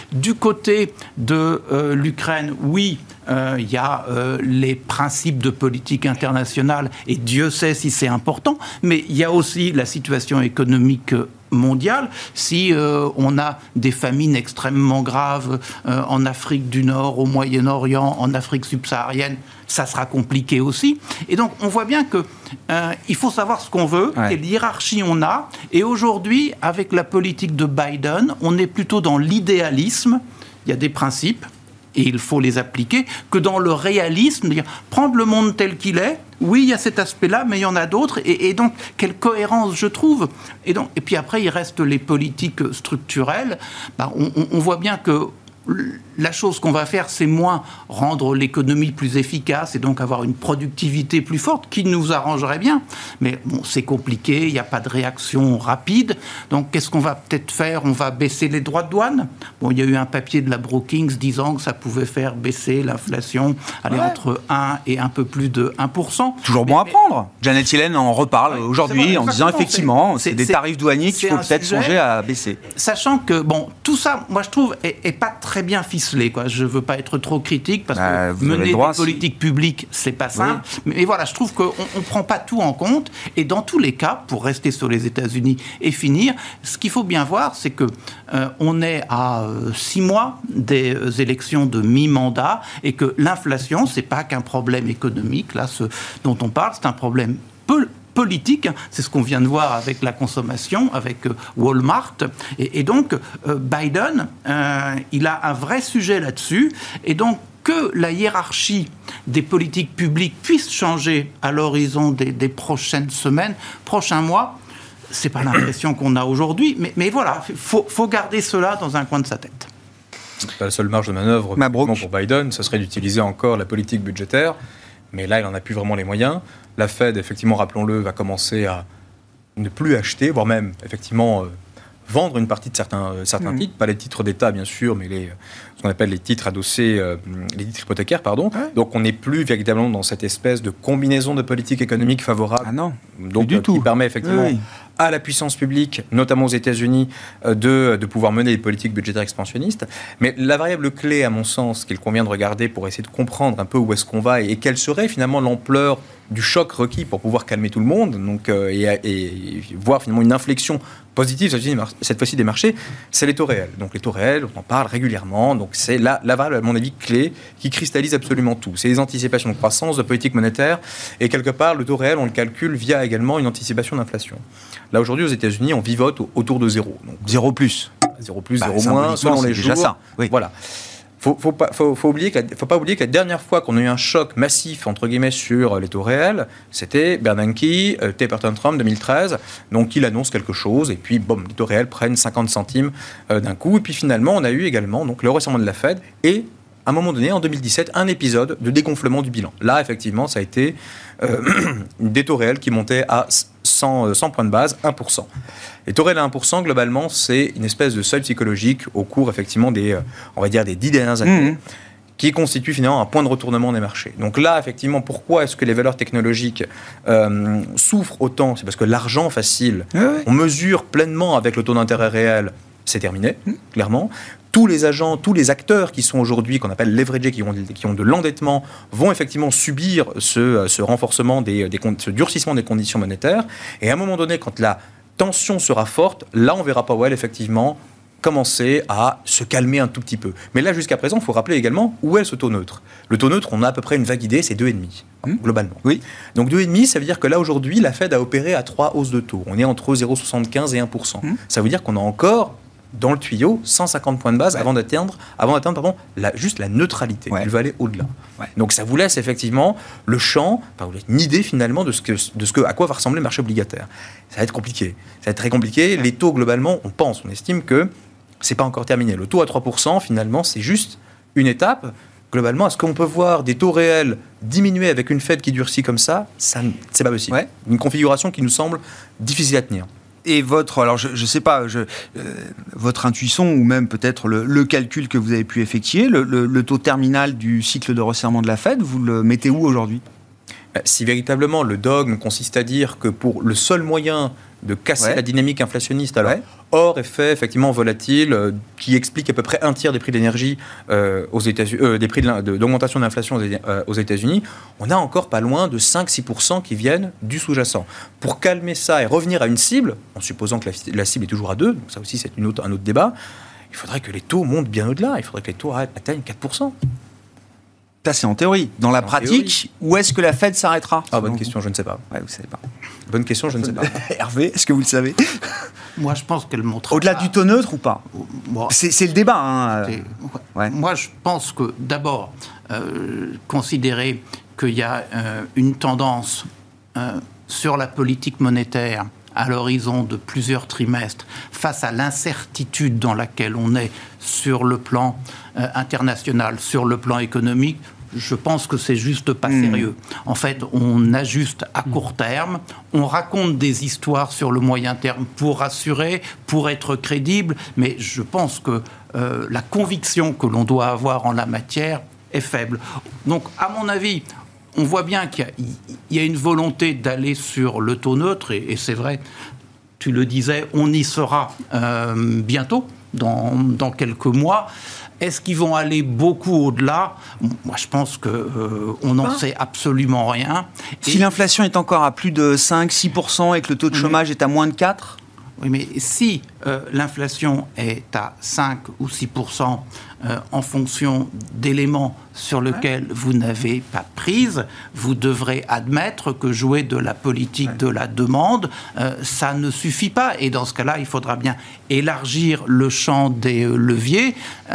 S4: Du côté de l'Ukraine, oui, il y a les principes de politique internationale, et Dieu sait si c'est important, mais il y a aussi la situation économique mondiale. Si on a des famines extrêmement graves en Afrique du Nord, au Moyen-Orient, en Afrique subsaharienne, ça sera compliqué aussi. Et donc, on voit bien que il faut savoir ce qu'on veut, quelle hiérarchie on a. Et aujourd'hui, avec la politique de Biden, on est plutôt dans l'idéalisme. Il y a des principes, et il faut les appliquer, que dans le réalisme, dire prendre le monde tel qu'il est. Oui, il y a cet aspect-là, mais il y en a d'autres. Et donc, quelle cohérence, je trouve. Et puis après, il reste les politiques structurelles. On voit bien que la chose qu'on va faire, c'est moins rendre l'économie plus efficace et donc avoir une productivité plus forte, qui nous arrangerait bien. Mais bon, c'est compliqué, il n'y a pas de réaction rapide. Donc, qu'est-ce qu'on va peut-être faire ? On va baisser les droits de douane. Bon, il y a eu un papier de la Brookings disant que ça pouvait faire baisser l'inflation, entre 1 et un peu plus de 1%.
S1: Toujours bon à prendre. Janet Yellen en reparle aujourd'hui en disant effectivement, c'est des tarifs douaniers qu'il faut peut-être songer à baisser.
S4: Sachant que, tout ça, moi je trouve, est pas très bien ficelé, quoi. Je ne veux pas être trop critique, parce que mener des politiques publiques, c'est pas simple. Oui. Mais voilà, je trouve qu'on ne prend pas tout en compte. Et dans tous les cas, pour rester sur les États-Unis et finir, ce qu'il faut bien voir, c'est que on est à 6 mois des élections de mi-mandat, et que l'inflation, c'est pas qu'un problème économique, là, ce dont on parle, c'est un problème politique, c'est ce qu'on vient de voir avec la consommation, avec Walmart, et donc Biden, il a un vrai sujet là-dessus, et donc que la hiérarchie des politiques publiques puisse changer à l'horizon des prochaines semaines, prochains mois, c'est pas l'impression qu'on a aujourd'hui, mais voilà, faut garder cela dans un coin de sa tête.
S5: La seule marge de manœuvre pour Biden, ce serait d'utiliser encore la politique budgétaire, mais là, il n'en a plus vraiment les moyens. La Fed, effectivement, rappelons-le, va commencer à ne plus acheter, voire même, effectivement, vendre une partie de certains titres, pas les titres d'État, bien sûr, mais ce qu'on appelle les titres adossés, les titres hypothécaires, pardon. Ouais. Donc, on n'est plus véritablement dans cette espèce de combinaison de politique économique favorable.
S1: Ah non,
S5: donc, qui permet effectivement à la puissance publique, notamment aux États-Unis, de pouvoir mener des politiques budgétaires expansionnistes. Mais la variable clé, à mon sens, qu'il convient de regarder pour essayer de comprendre un peu où est-ce qu'on va et quelle serait finalement l'ampleur du choc requis pour pouvoir calmer tout le monde, donc, et voir finalement une inflexion positive cette fois-ci des marchés, c'est les taux réels. Donc les taux réels, on en parle régulièrement, donc c'est la variable, à mon avis, clé qui cristallise absolument tout. C'est les anticipations de croissance, de politique monétaire, et quelque part, le taux réel, on le calcule via également une anticipation d'inflation. Là, aujourd'hui, aux États-Unis, on vivote autour de 0. Donc,
S1: 0 plus.
S5: 0 plus, 0 moins, selon les jours.
S1: Ça. Oui.
S5: Voilà. Faut pas oublier que la dernière fois qu'on a eu un choc massif, entre guillemets, sur les taux réels, c'était Bernanke, Taper Tantrum 2013. Donc, il annonce quelque chose, et puis, les taux réels prennent 50 centimes d'un coup. Et puis, finalement, on a eu également donc, le resserrement de la Fed et, à un moment donné, en 2017, un épisode de dégonflement du bilan. Là, effectivement, ça a été des taux réels qui montaient à 100 points de base, 1%. Les taux réels à 1%, globalement, c'est une espèce de seuil psychologique au cours, effectivement, des 10 dernières années, qui constitue finalement un point de retournement des marchés. Donc là, effectivement, pourquoi est-ce que les valeurs technologiques souffrent autant ? C'est parce que l'argent facile, on mesure pleinement avec le taux d'intérêt réel, c'est terminé, clairement. Tous les agents, tous les acteurs qui sont aujourd'hui, qu'on appelle leveragés, qui ont de l'endettement, vont effectivement subir ce renforcement, ce durcissement des conditions monétaires. Et à un moment donné, quand la tension sera forte, là, on verra Powell, effectivement, commencer à se calmer un tout petit peu. Mais là, jusqu'à présent, il faut rappeler également où est ce taux neutre. Le taux neutre, on a à peu près une vague idée, c'est 2,5, globalement. Oui. Donc 2,5, ça veut dire que là, aujourd'hui, la Fed a opéré à 3 hausses de taux. On est entre 0,75 et 1%. Ça veut dire qu'on a encore dans le tuyau 150 points de base avant d'atteindre juste la neutralité. Elle va aller au-delà. Donc ça vous laisse effectivement le champ, une idée finalement à quoi va ressembler le marché obligataire. Ça va être compliqué. Ça va être très compliqué. Les taux, globalement, on estime que c'est pas encore terminé. Le taux à 3%, finalement, c'est juste une étape. Globalement, est-ce qu'on peut voir des taux réels diminuer avec une Fed qui durcit comme ça ? C'est pas possible. Une configuration qui nous semble difficile à tenir.
S1: Et alors je sais pas, votre intuition ou même peut-être le calcul que vous avez pu effectuer, le taux terminal du cycle de resserrement de la Fed, vous le mettez où aujourd'hui ?
S5: Si véritablement le dogme consiste à dire que pour le seul moyen de casser la dynamique inflationniste, alors hors effet effectivement volatile qui explique à peu près un tiers des prix de l'énergie aux États-Unis, des prix d'augmentation de l'inflation aux États-Unis, on a encore pas loin de 5-6% qui viennent du sous-jacent. Pour calmer ça et revenir à une cible, en supposant que la cible est toujours à 2, donc ça aussi c'est un autre débat, il faudrait que les taux montent bien au-delà, il faudrait que les taux atteignent 4%.
S1: Ça, c'est en théorie. Dans la pratique, où est-ce que la Fed s'arrêtera?
S5: Bonne question, je ne sais pas.
S1: Ouais, vous savez pas.
S5: Bonne question, je ne sais pas.
S1: Hervé, est-ce que vous le savez?
S4: Moi, je pense qu'elle montera.
S1: Au-delà du taux neutre ou pas? C'est le débat. Hein.
S4: Moi, je pense que, d'abord, considérer qu'il y a une tendance sur la politique monétaire à l'horizon de plusieurs trimestres, face à l'incertitude dans laquelle on est sur le plan international, sur le plan économique, je pense que c'est juste pas sérieux. En fait, on ajuste à court terme, on raconte des histoires sur le moyen terme pour rassurer, pour être crédible, mais je pense que la conviction que l'on doit avoir en la matière est faible. Donc, à mon avis, on voit bien qu'il y a une volonté d'aller sur le taux neutre, et c'est vrai, tu le disais, on y sera bientôt, dans quelques mois. Est-ce qu'ils vont aller beaucoup au-delà? Moi, je pense qu'on n'en sait absolument rien.
S1: Si l'inflation est encore à plus de 5-6% et que le taux de chômage est à moins de 4%?
S4: Oui, mais si l'inflation est à 5 ou 6% en fonction d'éléments sur lesquels vous n'avez pas prise, vous devrez admettre que jouer de la politique de la demande, ça ne suffit pas. Et dans ce cas-là, il faudra bien élargir le champ des leviers.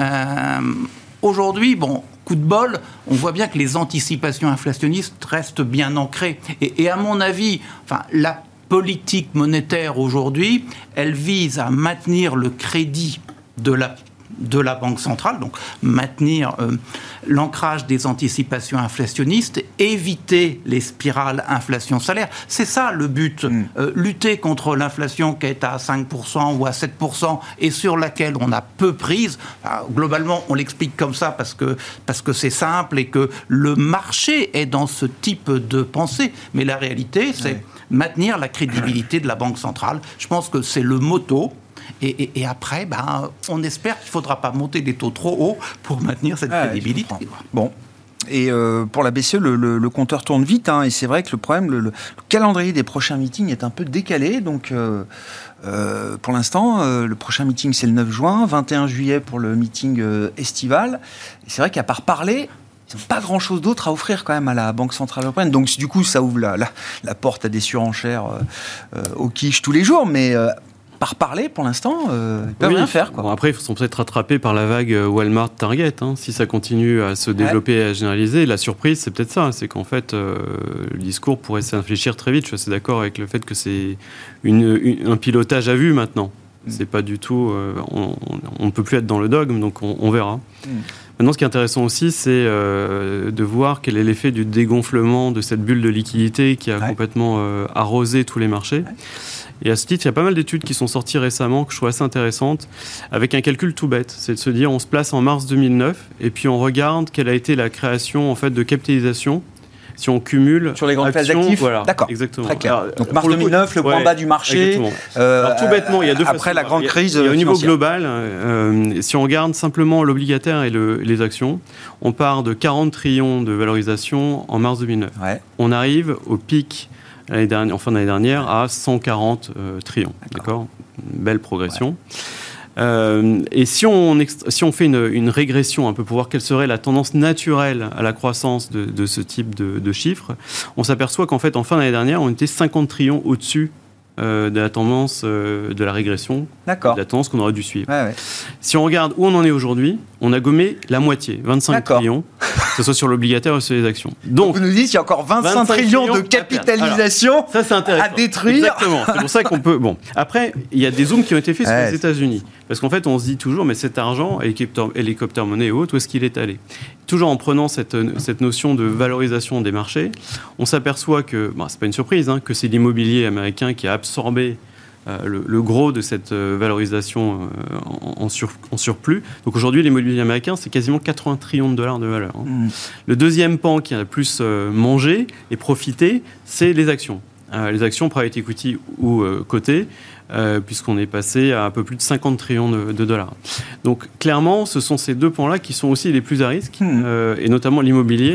S4: Aujourd'hui, coup de bol, on voit bien que les anticipations inflationnistes restent bien ancrées. Et à mon avis, la politique monétaire aujourd'hui, elle vise à maintenir le crédit de la Banque centrale, donc maintenir l'ancrage des anticipations inflationnistes, éviter les spirales inflation-salaire. C'est ça le but. Lutter contre l'inflation qui est à 5% ou à 7% et sur laquelle on a peu prise. Globalement, on l'explique comme ça parce que c'est simple et que le marché est dans ce type de pensée. Mais la réalité, c'est maintenir la crédibilité de la Banque centrale. Je pense que c'est le motto. Et après, on espère qu'il ne faudra pas monter des taux trop hauts pour maintenir cette crédibilité.
S1: Bon. Et pour la BCE, le compteur tourne vite. Et c'est vrai que le problème, le calendrier des prochains meetings est un peu décalé. Donc, pour l'instant, le prochain meeting, c'est le 9 juin, 21 juillet pour le meeting estival. Et c'est vrai qu'à part parler, ils n'ont pas grand-chose d'autre à offrir quand même à la Banque Centrale Européenne. Donc, du coup, ça ouvre la porte à des surenchères au quiche tous les jours. Mais par parler, pour l'instant, ils ne peuvent rien faire. Quoi.
S3: Bon, après, ils sont peut-être rattrapés par la vague Walmart Target. Si ça continue à se développer et à généraliser, la surprise, c'est peut-être ça. C'est qu'en fait, le discours pourrait s'infléchir très vite. Je suis assez d'accord avec le fait que c'est un pilotage à vue maintenant. C'est pas du tout... on ne peut plus être dans le dogme, donc on verra. Maintenant, ce qui est intéressant aussi, c'est de voir quel est l'effet du dégonflement de cette bulle de liquidité qui a complètement arrosé tous les marchés. Et à ce titre, il y a pas mal d'études qui sont sorties récemment que je trouve assez intéressantes, avec un calcul tout bête. C'est de se dire, on se place en mars 2009, et puis on regarde quelle a été la création en fait, de capitalisation, si on cumule
S1: sur les grandes classes d'actifs.
S3: Voilà,
S1: d'accord,
S3: exactement.
S1: Très clair. Alors, donc mars 2009, le point bas du marché.
S3: Alors, tout bêtement, il y a deux façons.
S1: Après la grande crise
S3: au niveau
S1: financière.
S3: Global, si on regarde simplement l'obligataire et les actions, on part de 40 trillions de valorisation en mars 2009. On arrive au pic en fin d'année dernière à 140 trillions. D'accord. Une belle progression. Et si on fait une régression un peu pour voir quelle serait la tendance naturelle à la croissance de ce type de chiffres, on s'aperçoit qu'en fait, en fin d'année dernière, on était 50 trillions au-dessus de la tendance de la régression, de la tendance qu'on aurait dû suivre. Si on regarde où on en est aujourd'hui, on a gommé la moitié, 25 trillions, que ce soit sur l'obligataire ou sur les actions. Donc,
S1: vous nous dites qu'il y a encore 25 trillions de capitalisation à détruire.
S3: Exactement. C'est pour ça qu'on peut... Bon. Après, il y a des zooms qui ont été faits sur les États-Unis. Parce qu'en fait, on se dit toujours, mais cet argent, hélicoptère monnaie et autres, où est-ce qu'il est allé? Toujours en prenant cette notion de valorisation des marchés, on s'aperçoit que, c'est pas une surprise, que c'est l'immobilier américain qui a absorbé le gros de cette valorisation en surplus. Donc aujourd'hui, l'immobilier américain, c'est quasiment 80 trillions de dollars de valeur. Le deuxième pan qui a le plus mangé et profité, c'est les actions. Les actions private equity ou cotées, puisqu'on est passé à un peu plus de 50 trillions de dollars. Donc clairement, ce sont ces deux pans-là qui sont aussi les plus à risque, et notamment l'immobilier.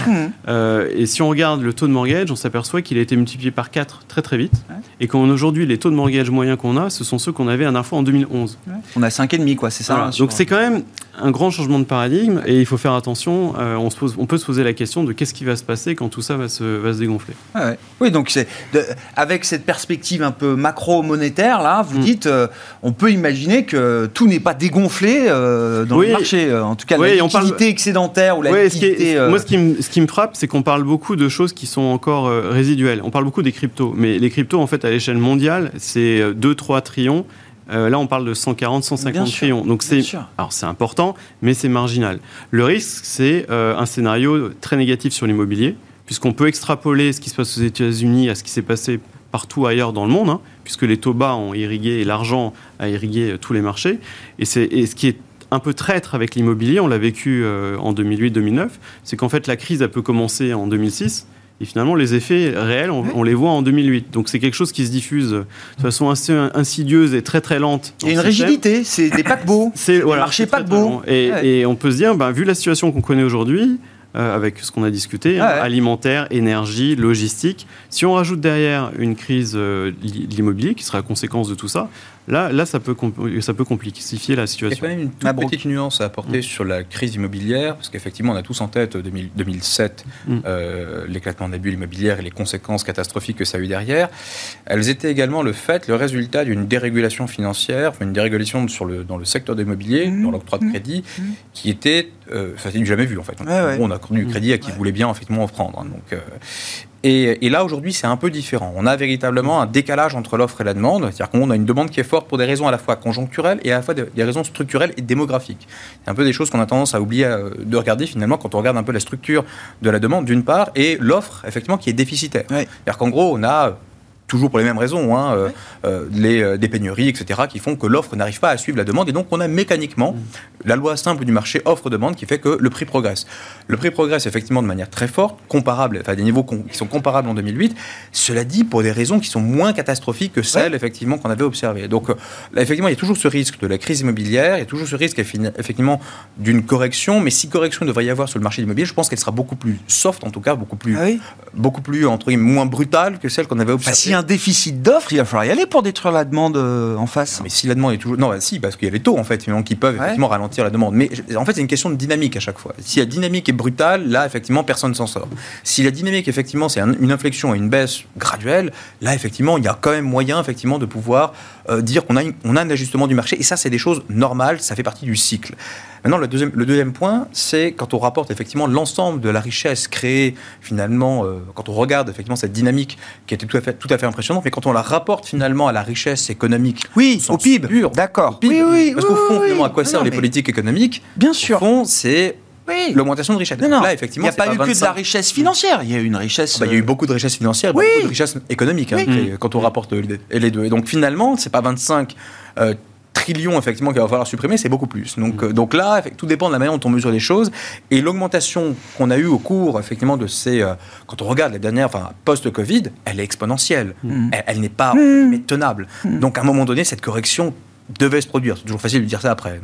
S3: Et si on regarde le taux de mortgage, on s'aperçoit qu'il a été multiplié par 4 très très vite, et qu'aujourd'hui, les taux de mortgage moyens qu'on a, ce sont ceux qu'on avait la dernière fois en 2011.
S1: On a 5,5, quoi, c'est ça.
S3: Voilà. Donc c'est quand même un grand changement de paradigme, et il faut faire attention. On peut se poser la question de qu'est-ce qui va se passer quand tout ça va se dégonfler.
S1: Oui, donc avec cette perspective un peu macro-monétaire, là, vous dites, on peut imaginer que tout n'est pas dégonflé dans le marché. En tout cas, la liquidité excédentaire ou la liquidité...
S3: Moi, ce qui me frappe, c'est qu'on parle beaucoup de choses qui sont encore résiduelles. On parle beaucoup des cryptos, mais les cryptos, en fait, à l'échelle mondiale, c'est 2-3 trillions. Là, on parle de 140-150 trillions. Donc, c'est important, mais c'est marginal. Le risque, c'est un scénario très négatif sur l'immobilier, puisqu'on peut extrapoler ce qui se passe aux États-Unis à ce qui s'est passé partout ailleurs dans le monde, puisque les taux bas ont irrigué et l'argent a irrigué tous les marchés. Et ce qui est un peu traître avec l'immobilier, on l'a vécu en 2008-2009, c'est qu'en fait la crise a peu commencé en 2006 et finalement les effets réels, on les voit en 2008. Donc c'est quelque chose qui se diffuse de façon assez insidieuse et très très lente.
S1: Il y a une rigidité, c'est des paquebots,
S3: c'est
S1: des marchés paquebots.
S3: Et on peut se dire, vu la situation qu'on connaît aujourd'hui, avec ce qu'on a discuté, alimentaire, énergie, logistique. Si on rajoute derrière une crise de l'immobilier, qui sera la conséquence de tout ça, là ça peut complexifier la situation.
S5: Il y a quand même une toute petite nuance à apporter sur la crise immobilière, parce qu'effectivement, on a tous en tête 2007, l'éclatement de la bulle immobilière et les conséquences catastrophiques que ça a eu derrière. Elles étaient également le résultat d'une dérégulation financière, une dérégulation dans le secteur de l'immobilier, dans l'octroi de crédit, qui était c'est du jamais vu, en fait. On a accordé du crédit à qui voulait bien, effectivement, en prendre. Et là, aujourd'hui, c'est un peu différent. On a véritablement un décalage entre l'offre et la demande. C'est-à-dire qu'on a une demande qui est forte pour des raisons à la fois conjoncturelles et à la fois des raisons structurelles et démographiques. C'est un peu des choses qu'on a tendance à oublier de regarder, finalement, quand on regarde un peu la structure de la demande, d'une part, et l'offre, effectivement, qui est déficitaire. C'est-à-dire qu'en gros, on a... toujours pour les mêmes raisons, des pénuries, etc., qui font que l'offre n'arrive pas à suivre la demande. Et donc, on a mécaniquement la loi simple du marché offre-demande qui fait que le prix progresse. Le prix progresse effectivement de manière très forte, comparable, enfin des niveaux qui sont comparables en 2008. Cela dit, pour des raisons qui sont moins catastrophiques que celles effectivement qu'on avait observées. Donc, là, effectivement, il y a toujours ce risque de la crise immobilière, il y a toujours ce risque effectivement d'une correction. Mais si correction devrait y avoir sur le marché immobilier, je pense qu'elle sera beaucoup plus soft, en tout cas, beaucoup plus entre guillemets, moins brutale que celle qu'on avait observée.
S1: S'il y a un déficit d'offres, il va falloir y aller pour détruire la demande en face.
S5: Mais si la demande est toujours... Non, si, parce qu'il y a les taux, en fait, qui peuvent effectivement ralentir la demande. Mais en fait, c'est une question de dynamique à chaque fois. Si la dynamique est brutale, là, effectivement, personne ne s'en sort. Si la dynamique, effectivement, c'est une inflexion et une baisse graduelle, là, effectivement, il y a quand même moyen, effectivement, de pouvoir dire qu'on a un ajustement du marché. Et ça, c'est des choses normales, ça fait partie du cycle. Maintenant, le deuxième point, c'est quand on rapporte effectivement l'ensemble de la richesse créée, finalement, quand on regarde effectivement cette dynamique qui était tout à fait impressionnante, mais quand on la rapporte finalement à la richesse économique,
S1: au PIB, d'accord.
S5: Parce qu'au fond, finalement, à quoi servent les politiques économiques ?
S1: Bien sûr.
S5: Au fond, c'est l'augmentation de richesse.
S1: Non.
S5: Là, effectivement,
S1: il n'y a pas eu que de la richesse financière. Il y a eu une richesse.
S5: Il y a eu beaucoup de richesse financière, beaucoup de richesse économique, quand on rapporte les deux. Et donc finalement, c'est pas 25 trillions effectivement qu'il va falloir supprimer, c'est beaucoup plus. Donc là, tout dépend de la manière dont on mesure les choses. Et l'augmentation qu'on a eue au cours effectivement de ces, quand on regarde les dernières, post-Covid, elle est exponentielle. Elle n'est pas tenable. Donc à un moment donné, cette correction devait se produire. C'est toujours facile de dire ça après.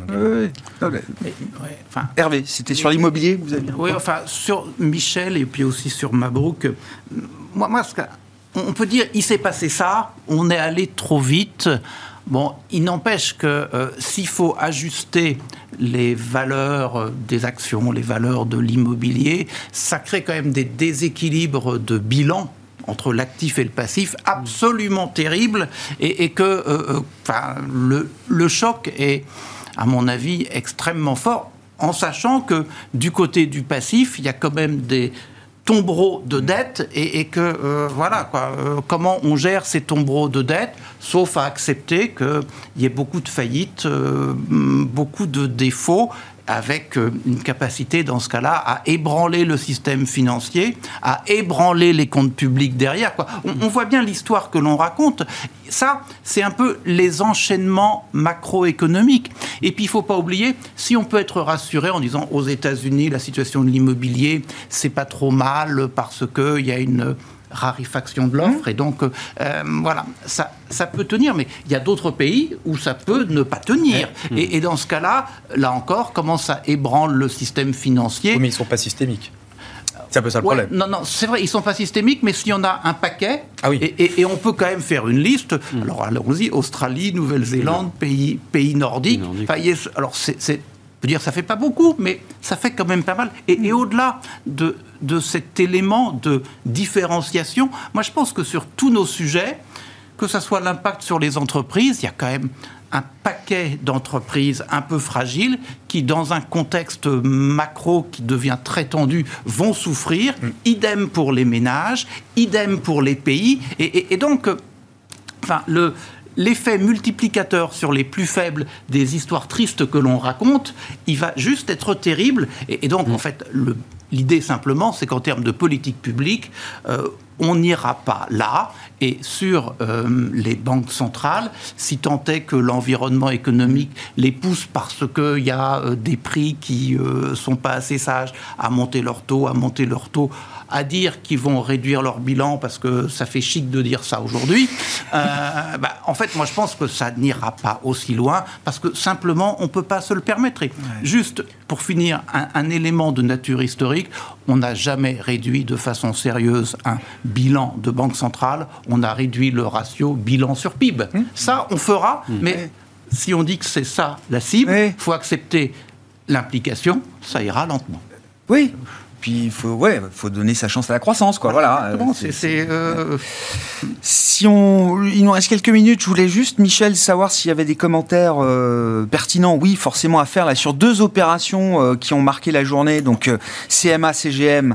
S1: Hervé, c'était sur l'immobilier que vous avez...
S4: Oui, sur Michel et puis aussi sur Mabrouk, moi on peut dire, il s'est passé ça, on est allé trop vite. Bon, il n'empêche que s'il faut ajuster les valeurs des actions, les valeurs de l'immobilier, ça crée quand même des déséquilibres de bilan entre l'actif et le passif absolument terribles et que le choc est, à mon avis, extrêmement fort, en sachant que du côté du passif, il y a quand même des tombereaux de dette et que, voilà, quoi, comment on gère ces tombereaux de dette, sauf à accepter qu'il y ait beaucoup de faillites, beaucoup de défauts, avec une capacité, dans ce cas-là, à ébranler le système financier, à ébranler les comptes publics derrière, quoi. On voit bien l'histoire que l'on raconte. Ça, c'est un peu les enchaînements macroéconomiques. Et puis, il ne faut pas oublier, si on peut être rassuré en disant aux États-Unis, la situation de l'immobilier, c'est pas trop mal parce qu'il y a une raréfaction de l'offre, et donc voilà, ça peut tenir, mais il y a d'autres pays où ça peut ne pas tenir. Et dans ce cas-là, là encore, comment ça ébranle le système financier?
S5: Oui, mais ils ne sont pas systémiques. C'est un peu ça le problème.
S4: Non, c'est vrai, ils ne sont pas systémiques, mais s'il y en a un paquet, et on peut quand même faire une liste, alors allons-y, Australie, Nouvelle-Zélande, pays nordiques, alors je veux dire, ça fait pas beaucoup, mais ça fait quand même pas mal. Et au-delà de cet élément de différenciation, moi je pense que sur tous nos sujets, que ce soit l'impact sur les entreprises, il y a quand même un paquet d'entreprises un peu fragiles qui, dans un contexte macro qui devient très tendu, vont souffrir. Idem pour les ménages, idem pour les pays. Et donc, l'effet multiplicateur sur les plus faibles des histoires tristes que l'on raconte, il va juste être terrible. Et donc, en fait, l'idée simplement, c'est qu'en termes de politique publique, on n'ira pas là. Et sur les banques centrales, si tant est que l'environnement économique les pousse parce qu'il y a des prix qui ne sont pas assez sages à monter leur taux, à dire qu'ils vont réduire leur bilan parce que ça fait chic de dire ça aujourd'hui, en fait, moi, je pense que ça n'ira pas aussi loin parce que simplement, on ne peut pas se le permettre. Et juste, pour finir, un élément de nature historique, on n'a jamais réduit de façon sérieuse un bilan de banque centrale, on a réduit le ratio bilan sur PIB. Ça, on fera, mais si on dit que c'est ça la cible, il faut accepter l'implication, ça ira lentement.
S1: Oui. Puis il faut donner sa chance à la croissance, quoi. Voilà. Si il nous reste quelques minutes, je voulais juste, Michel, savoir s'il y avait des commentaires pertinents, oui, forcément à faire là sur deux opérations qui ont marqué la journée. Donc CMA, CGM,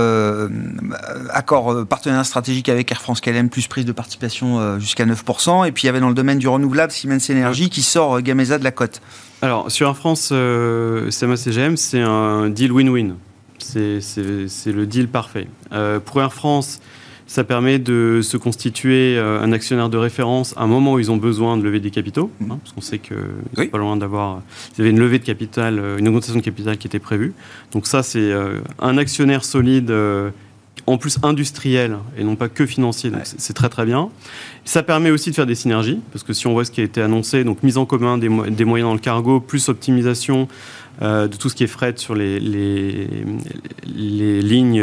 S1: accord partenariat stratégique avec Air France-KLM, plus prise de participation jusqu'à 9%. Et puis il y avait dans le domaine du renouvelable Siemens Energy qui sort Gamesa de la cote.
S3: Alors sur Air France, CMA, CGM, c'est un deal win-win. C'est le deal parfait. Pour Air France, ça permet de se constituer un actionnaire de référence à un moment où ils ont besoin de lever des capitaux, parce qu'on sait qu'ils sont pas loin d'avoir... Ils avaient une levée de capital, une augmentation de capital qui était prévue. Donc ça, c'est un actionnaire solide, en plus industriel, et non pas que financier, donc c'est très très bien. Ça permet aussi de faire des synergies, parce que si on voit ce qui a été annoncé, donc mise en commun des moyens dans le cargo, plus optimisation de tout ce qui est fret sur les lignes,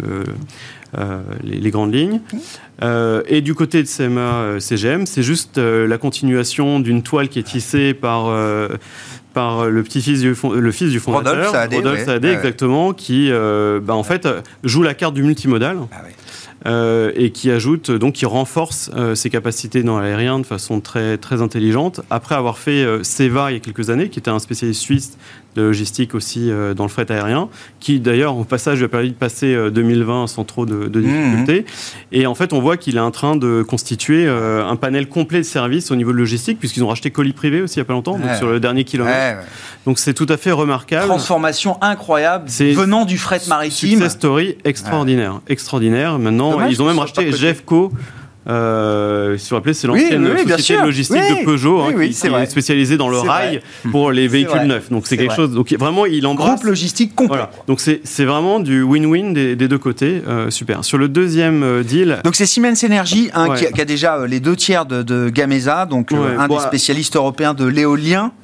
S3: les grandes lignes. Et du côté de CMA CGM, c'est juste la continuation d'une toile qui est tissée par le fils du fondateur, Rodolphe Saadé, exactement, qui en fait joue la carte du multimodal. Et qui ajoute, donc qui renforce ses capacités dans l'aérien de façon très, très intelligente, après avoir fait Seva il y a quelques années, qui était un spécialiste suisse de logistique aussi dans le fret aérien, qui d'ailleurs au passage lui a permis de passer 2020 sans trop de difficultés. Et en fait on voit qu'il est en train de constituer un panel complet de services au niveau de logistique, puisqu'ils ont racheté Colis Privé aussi il n'y a pas longtemps, donc sur le dernier kilomètre. Donc c'est tout à fait remarquable.
S1: Transformation incroyable venant du fret maritime.
S3: Success story extraordinaire. Maintenant, dommage, ils ont même racheté Jeffco. Si vous vous rappelez, c'est l'ancienne société de logistique de Peugeot qui est spécialisée dans le rail pour les véhicules neufs. Donc c'est quelque chose. Donc vraiment, il embrasse.
S1: Groupe logistique complet.
S3: Voilà. Donc c'est vraiment du win-win des deux côtés. Super. Sur le deuxième deal.
S1: Donc c'est Siemens Energy qui a déjà les 2/3 de Gamesa, donc un des spécialistes européens de l'éolien.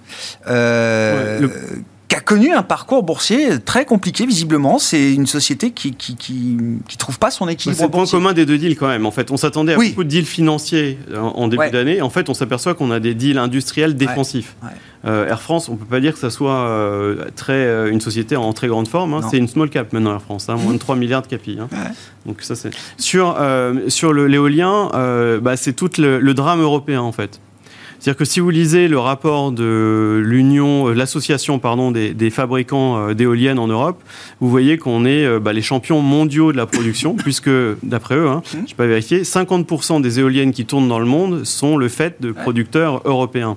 S1: Qui a connu un parcours boursier très compliqué, visiblement. C'est une société qui trouve pas son équilibre
S3: boursier. C'est le point commun des deux deals, quand même. En fait, on s'attendait à beaucoup de deals financiers en début d'année. En fait, on s'aperçoit qu'on a des deals industriels défensifs. Air France, on peut pas dire que ça soit une société en très grande forme. C'est une small cap maintenant, Air France. Moins de 3 milliards de capi. Donc ça, c'est... Sur l'éolien, c'est tout le drame européen, en fait. C'est-à-dire que si vous lisez le rapport de l'association des fabricants d'éoliennes en Europe, vous voyez qu'on est les champions mondiaux de la production, puisque, d'après eux, je n'ai pas vérifié, 50% des éoliennes qui tournent dans le monde sont le fait de producteurs européens.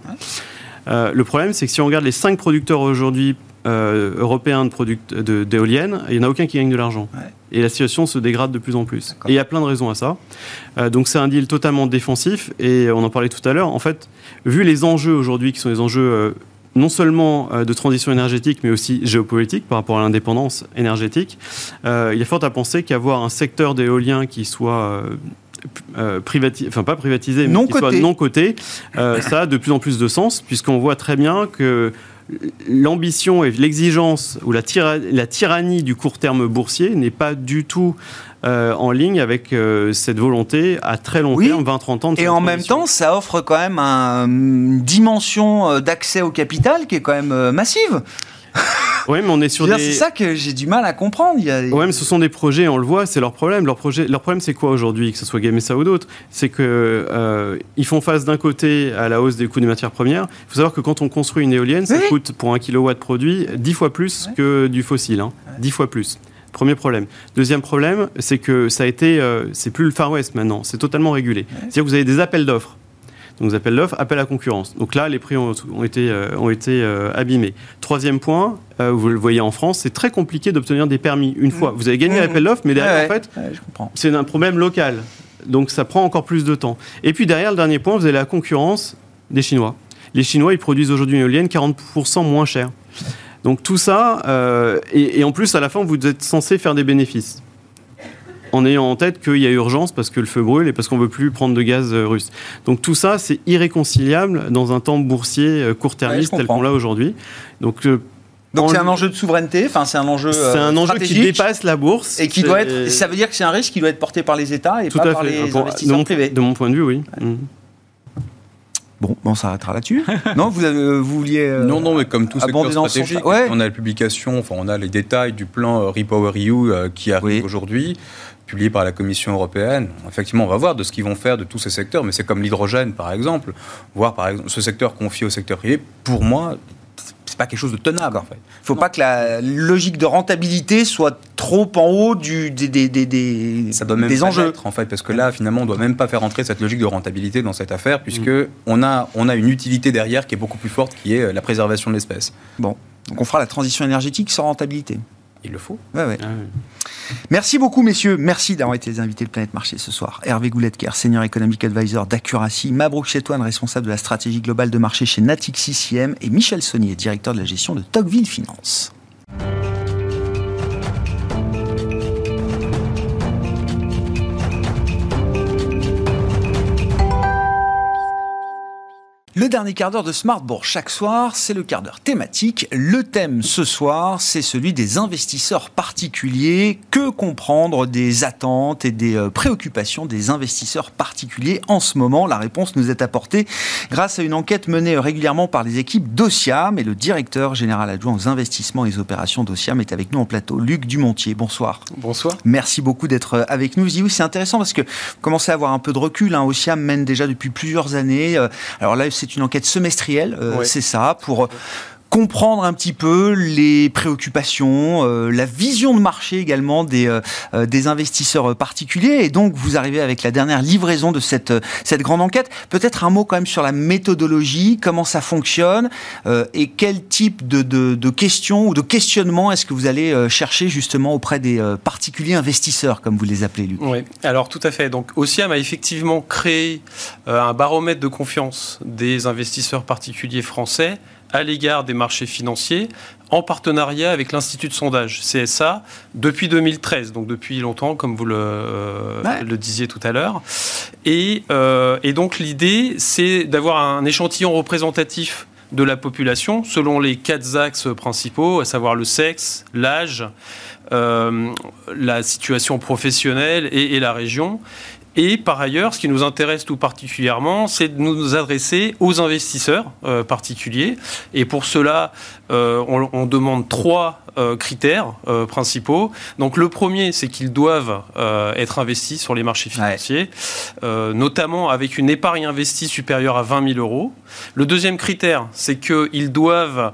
S3: Le problème, c'est que si on regarde les 5 producteurs aujourd'hui européens d'éoliennes, il n'y en a aucun qui gagne de l'argent. Ouais. Et la situation se dégrade de plus en plus. D'accord. Et il y a plein de raisons à ça. Donc c'est un deal totalement défensif, et on en parlait tout à l'heure. En fait, vu les enjeux aujourd'hui, qui sont des enjeux non seulement de transition énergétique, mais aussi géopolitique par rapport à l'indépendance énergétique, il y a fort à penser qu'avoir un secteur d'éolien qui soit... pas privatisé, mais qui soit non coté, ça a de plus en plus de sens, puisqu'on voit très bien que l'ambition et l'exigence ou la tyrannie du court terme boursier n'est pas du tout en ligne avec cette volonté à très long terme, 20-30 ans de.
S1: Et en même temps, ça offre quand même une dimension d'accès au capital qui est quand même massive.
S3: Oui, mais on est sur
S1: c'est ça que j'ai du mal à comprendre.
S3: Oui, mais ce sont des projets, on le voit, c'est leur problème. Leur problème, c'est quoi aujourd'hui, que ce soit Gamesa ou d'autres? C'est qu'ils font face d'un côté à la hausse des coûts des matières premières. Il faut savoir que quand on construit une éolienne, ça coûte pour 1 kilowatt produit 10 fois plus que du fossile. 10 fois plus. Premier problème. Deuxième problème, c'est que ça a été, c'est plus le Far West maintenant, c'est totalement régulé. C'est-à-dire que vous avez des appels d'offres. Donc, vous appelez l'offre, appel à concurrence. Donc là, les prix ont été abîmés. Troisième point, vous le voyez en France, c'est très compliqué d'obtenir des permis. Une fois, vous avez gagné l'appel d'offre, mais derrière, en fait, c'est un problème local. Donc ça prend encore plus de temps. Et puis derrière, le dernier point, vous avez la concurrence des Chinois. Les Chinois, ils produisent aujourd'hui une éolienne 40% moins cher. Donc tout ça, et en plus, à la fin, vous êtes censé faire des bénéfices, en ayant en tête qu'il y a urgence parce que le feu brûle et parce qu'on ne veut plus prendre de gaz russe. Donc tout ça, c'est irréconciliable dans un temps boursier court-termiste tel qu'on l'a aujourd'hui. Donc
S1: c'est un enjeu de souveraineté, c'est un enjeu
S3: qui dépasse la bourse.
S1: Et qui doit être, ça veut dire que c'est un risque qui doit être porté par les États et pas par les investisseurs privés.
S3: De mon point de vue, oui. Ouais.
S1: Bon, on s'arrêtera là-dessus. Non, vous vouliez
S5: non, mais comme tout secteur stratégique, on a la publication, on a les détails du plan REPowerEU qui arrive aujourd'hui, publié par la Commission européenne. Effectivement, on va voir de ce qu'ils vont faire de tous ces secteurs, mais c'est comme l'hydrogène, par exemple. Voir, par exemple, ce secteur confié au secteur privé, pour moi, c'est pas quelque chose de tenable, en fait.
S1: Il ne faut pas que la logique de rentabilité soit trop en haut
S5: ça doit même
S1: des
S5: pas
S1: enjeux.
S5: Être, en fait, parce que là, finalement, on ne doit même pas faire entrer cette logique de rentabilité dans cette affaire, puisque on a une utilité derrière qui est beaucoup plus forte, qui est la préservation de l'espèce.
S1: Bon, donc on fera la transition énergétique sans rentabilité.
S5: Il le faut.
S1: Ouais. Ah oui. Merci beaucoup, messieurs. Merci d'avoir été les invités de Planète Marché ce soir. Hervé Gouletker, Senior Economic Advisor d'Accuracy, Mabrouk Chetouane, responsable de la stratégie globale de marché chez Natixis IM, et Michel Saunier, directeur de la gestion de Tocqueville Finance. Le dernier quart d'heure de Smart Bourse chaque soir, c'est le quart d'heure thématique. Le thème ce soir, c'est celui des investisseurs particuliers. Que comprendre des attentes et des préoccupations des investisseurs particuliers en ce moment? La réponse nous est apportée grâce à une enquête menée régulièrement par les équipes d'Ociam, et le directeur général adjoint aux investissements et aux opérations d'Ociam est avec nous en plateau. Luc Dumontier, bonsoir.
S6: Bonsoir.
S1: Merci beaucoup d'être avec nous. Oui, c'est intéressant parce que vous commencez à avoir un peu de recul. Ociam mène déjà depuis plusieurs années. Alors là, c'est une enquête semestrielle, c'est ça, pour comprendre un petit peu les préoccupations, la vision de marché également des investisseurs particuliers. Et donc, vous arrivez avec la dernière livraison de cette grande enquête. Peut-être un mot quand même sur la méthodologie, comment ça fonctionne et quel type de questions ou de questionnements est-ce que vous allez chercher justement auprès des particuliers investisseurs, comme vous les appelez, Luc.
S6: Oui, alors tout à fait. Donc, Ociam a effectivement créé un baromètre de confiance des investisseurs particuliers français à l'égard des marchés financiers, en partenariat avec l'Institut de sondage CSA, depuis 2013, donc depuis longtemps, comme vous le disiez tout à l'heure. Et donc l'idée, c'est d'avoir un échantillon représentatif de la population, selon les 4 axes principaux, à savoir le sexe, l'âge, la situation professionnelle et la région. Et par ailleurs, ce qui nous intéresse tout particulièrement, c'est de nous adresser aux investisseurs particuliers. Et pour cela, on demande 3 critères principaux. Donc le premier, c'est qu'ils doivent être investis sur les marchés financiers, notamment avec une épargne investie supérieure à 20 000 euros. Le deuxième critère, c'est qu'ils doivent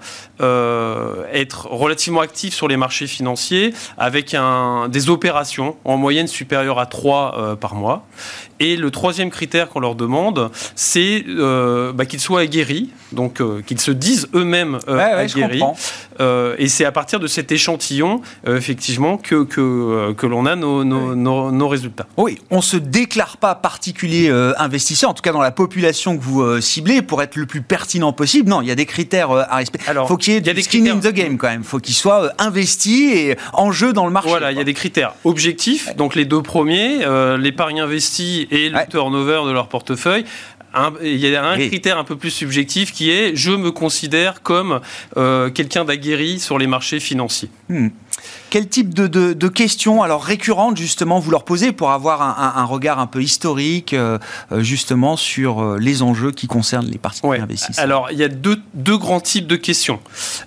S6: être relativement actifs sur les marchés financiers avec des opérations en moyenne supérieures à 3 par mois. Et le troisième critère qu'on leur demande, c'est qu'ils soient aguerris, donc qu'ils se disent eux-mêmes aguerris. Et c'est à partir de cet échantillon, effectivement, que l'on a nos résultats.
S1: Oui, on ne se déclare pas particulier investisseur, en tout cas dans la population que vous ciblez, pour être le plus pertinent possible. Non, il y a des critères à respecter. Il faut qu'il y ait du skin in the game quand même. Il faut qu'il soit investi et en jeu dans le marché.
S6: Voilà, il y a des critères objectifs, donc les 2 premiers, l'épargne investie et le turnover de leur portefeuille. Il y a un critère un peu plus subjectif qui est « je me considère comme quelqu'un d'aguerri sur les marchés financiers ».
S1: Quel type de questions alors récurrentes justement vous leur posez pour avoir un regard un peu historique justement sur les enjeux qui concernent les particuliers investisseurs?
S6: Alors il y a deux grands types de questions.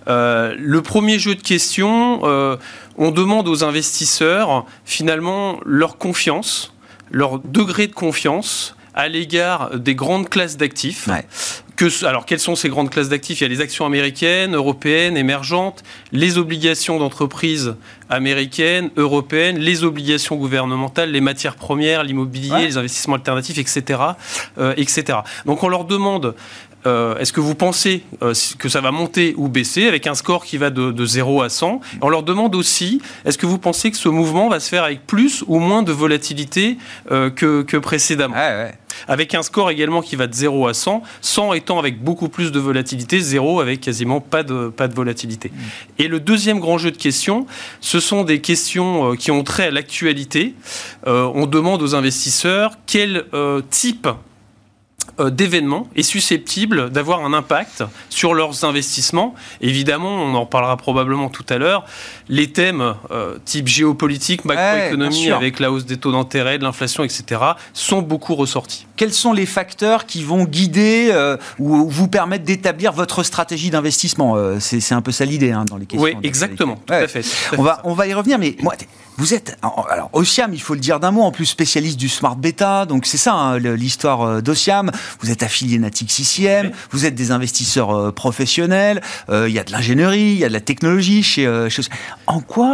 S6: Le premier jeu de questions, on demande aux investisseurs finalement leur confiance, leur degré de confiance à l'égard des grandes classes d'actifs. Alors, quelles sont ces grandes classes d'actifs ? Il y a les actions américaines, européennes, émergentes, les obligations d'entreprises américaines, européennes, les obligations gouvernementales, les matières premières, l'immobilier, les investissements alternatifs, etc., etc. Donc, on leur demande... est-ce que vous pensez que ça va monter ou baisser avec un score qui va de 0 à 100 ? On leur demande aussi, est-ce que vous pensez que ce mouvement va se faire avec plus ou moins de volatilité que précédemment ? Avec un score également qui va de 0 à 100, 100 étant avec beaucoup plus de volatilité, 0 avec quasiment pas de volatilité. Et le deuxième grand jeu de questions, ce sont des questions qui ont trait à l'actualité. On demande aux investisseurs quel type d'événement est susceptible d'avoir un impact sur leurs investissements. Évidemment, on en reparlera probablement tout à l'heure, les thèmes type géopolitique, macroéconomie, avec la hausse des taux d'intérêt, de l'inflation, etc., sont beaucoup ressortis.
S1: Quels sont les facteurs qui vont guider ou vous permettre d'établir votre stratégie d'investissement ? C'est un peu ça l'idée dans les questions.
S6: Oui, exactement, tout à fait.
S1: On va y revenir, mais moi... Vous êtes, alors Osiam, il faut le dire d'un mot, en plus spécialiste du smart beta, donc c'est ça l'histoire d'Osiam. Vous êtes affilié Natixis, vous êtes des investisseurs professionnels, il y a de l'ingénierie, il y a de la technologie chez En quoi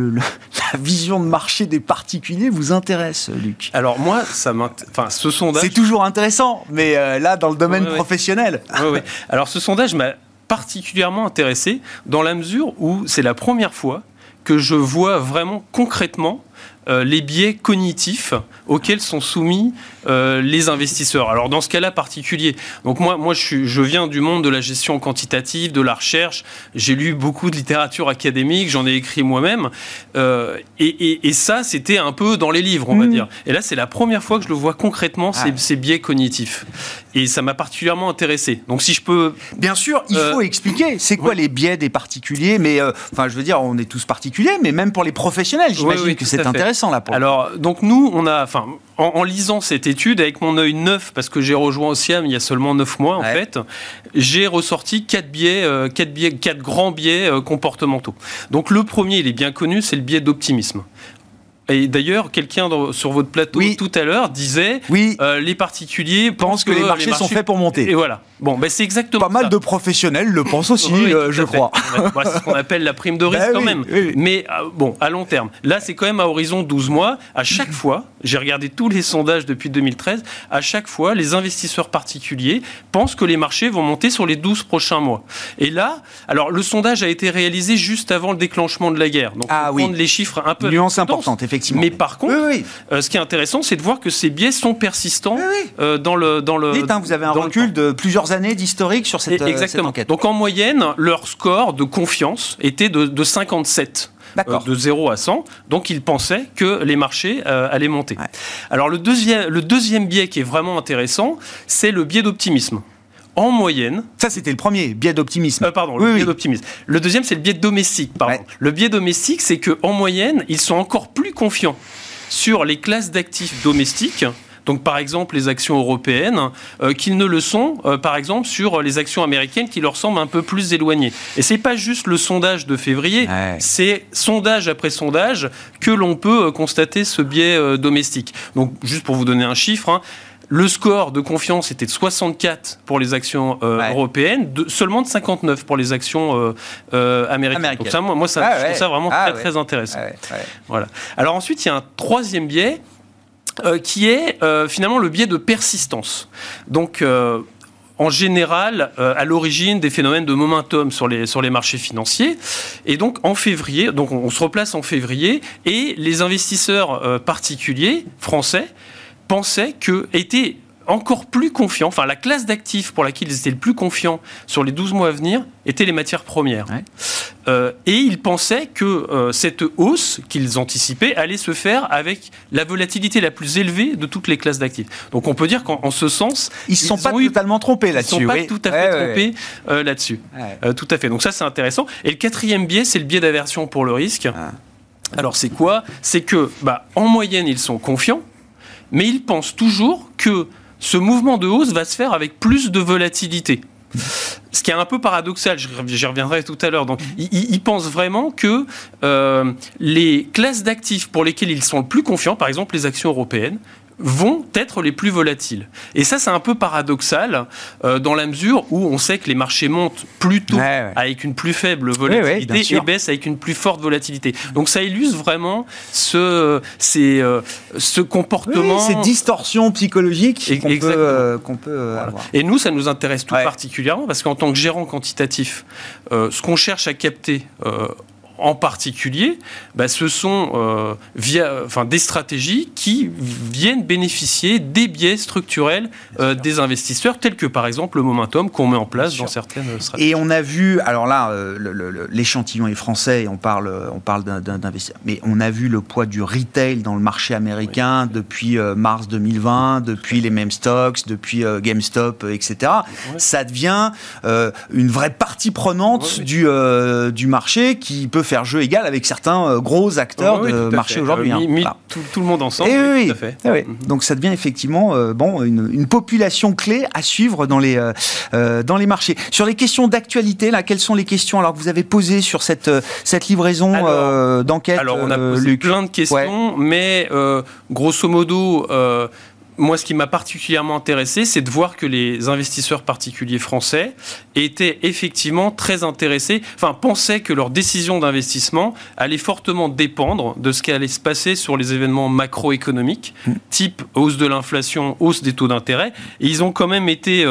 S1: la vision de marché des particuliers vous intéresse, Luc ?
S6: Alors moi, ce sondage...
S1: C'est toujours intéressant, mais là, dans le domaine professionnel...
S6: Alors ce sondage m'a particulièrement intéressé dans la mesure où c'est la première fois que je vois vraiment concrètement les biais cognitifs auxquels sont soumis les investisseurs. Alors dans ce cas-là particulier, donc moi je viens du monde de la gestion quantitative, de la recherche, j'ai lu beaucoup de littérature académique, j'en ai écrit moi-même, et ça c'était un peu dans les livres, on va dire. Et là c'est la première fois que je le vois concrètement, ces biais cognitifs. Et ça m'a particulièrement intéressé. Donc si je peux...
S1: Bien sûr, il faut expliquer, c'est quoi les biais des particuliers, mais je veux dire, on est tous particuliers, mais même pour les professionnels, j'imagine que c'est intéressant. Là,
S6: alors, donc nous, on a, en lisant cette étude, avec mon œil neuf, parce que j'ai rejoint Osiam il y a seulement 9 mois, en fait, j'ai ressorti 4 grands biais comportementaux. Donc le premier, il est bien connu, c'est le biais d'optimisme. Et d'ailleurs, quelqu'un sur votre plateau tout à l'heure disait les particuliers pensent que les marchés sont faits pour monter. Et voilà. Bon, c'est exactement
S1: pas mal de professionnels le pensent aussi, je crois.
S6: C'est ce qu'on appelle la prime de risque quand même. Mais à long terme. Là, c'est quand même à horizon 12 mois. À chaque fois, j'ai regardé tous les sondages depuis 2013, à chaque fois, les investisseurs particuliers pensent que les marchés vont monter sur les 12 prochains mois. Et là, alors le sondage a été réalisé juste avant le déclenchement de la guerre. Donc, prendre les chiffres un peu...
S1: Nuance importante, effectivement.
S6: Mais par contre, ce qui est intéressant, c'est de voir que ces biais sont persistants dans le...
S1: vous avez un recul de plusieurs années d'historique sur cette enquête.
S6: Donc en moyenne, leur score de confiance était de 57. De 0 à 100. Donc ils pensaient que les marchés allaient monter. Alors le deuxième biais qui est vraiment intéressant, c'est le biais d'optimisme. En moyenne...
S1: Ça, c'était le premier, biais d'optimisme.
S6: Biais d'optimisme. Le deuxième, c'est le biais domestique. Le biais domestique, c'est qu'en moyenne, ils sont encore plus confiants sur les classes d'actifs domestiques, donc par exemple les actions européennes, qu'ils ne le sont par exemple sur les actions américaines qui leur semblent un peu plus éloignées. Et c'est pas juste le sondage de février, c'est sondage après sondage que l'on peut constater ce biais domestique. Donc juste pour vous donner un chiffre, le score de confiance était de 64 pour les actions européennes, seulement de 59 pour les actions américaines. Donc ça, moi, je trouve ça vraiment très intéressant. Voilà. Alors ensuite, il y a un troisième biais qui est finalement le biais de persistance. Donc en général, à l'origine des phénomènes de momentum sur les marchés financiers. Et donc, en février, donc on se replace en février, et les investisseurs particuliers français étaient encore plus confiants, enfin la classe d'actifs pour laquelle ils étaient le plus confiants sur les 12 mois à venir étaient les matières premières. Et ils pensaient que cette hausse qu'ils anticipaient allait se faire avec la volatilité la plus élevée de toutes les classes d'actifs. Donc on peut dire qu'en ce sens...
S1: Ils ne se sont pas totalement trompés là-dessus.
S6: Ils ne sont pas tout à fait trompés là-dessus. Tout à fait. Donc ça, c'est intéressant. Et le quatrième biais, c'est le biais d'aversion pour le risque. Alors c'est quoi ? C'est que, en moyenne, ils sont confiants, mais ils pensent toujours que ce mouvement de hausse va se faire avec plus de volatilité. Ce qui est un peu paradoxal, j'y reviendrai tout à l'heure. Donc, ils pensent vraiment que les classes d'actifs pour lesquelles ils sont le plus confiants, par exemple les actions européennes, vont être les plus volatiles. Et ça, c'est un peu paradoxal dans la mesure où on sait que les marchés montent plutôt avec une plus faible volatilité et baissent avec une plus forte volatilité. Donc ça illustre vraiment ce comportement...
S1: ces distorsions psychologiques qu'on peut avoir.
S6: Et nous, ça nous intéresse tout particulièrement parce qu'en tant que gérant quantitatif, ce qu'on cherche à capter... en particulier, ce sont des stratégies qui viennent bénéficier des biais structurels des investisseurs, tels que par exemple le momentum qu'on met en place dans certaines stratégies.
S1: Et on a vu, alors là, l'échantillon est français, et on parle d'investisseurs, mais on a vu le poids du retail dans le marché américain depuis mars 2020, depuis les mêmes stocks, depuis GameStop, etc. Ça devient une vraie partie prenante du marché qui peut faire jeu égal avec certains gros acteurs de marché aujourd'hui.
S6: Tout le monde ensemble.
S1: Tout à fait. Donc ça devient effectivement une population clé à suivre dans les marchés. Sur les questions d'actualité, là, quelles sont les questions alors que vous avez posées sur cette livraison d'enquête?
S6: Alors on a posé plein de questions, mais grosso modo... moi, ce qui m'a particulièrement intéressé, c'est de voir que les investisseurs particuliers français étaient effectivement très intéressés, pensaient que leur décision d'investissement allait fortement dépendre de ce qui allait se passer sur les événements macroéconomiques, type hausse de l'inflation, hausse des taux d'intérêt. Et ils ont quand même été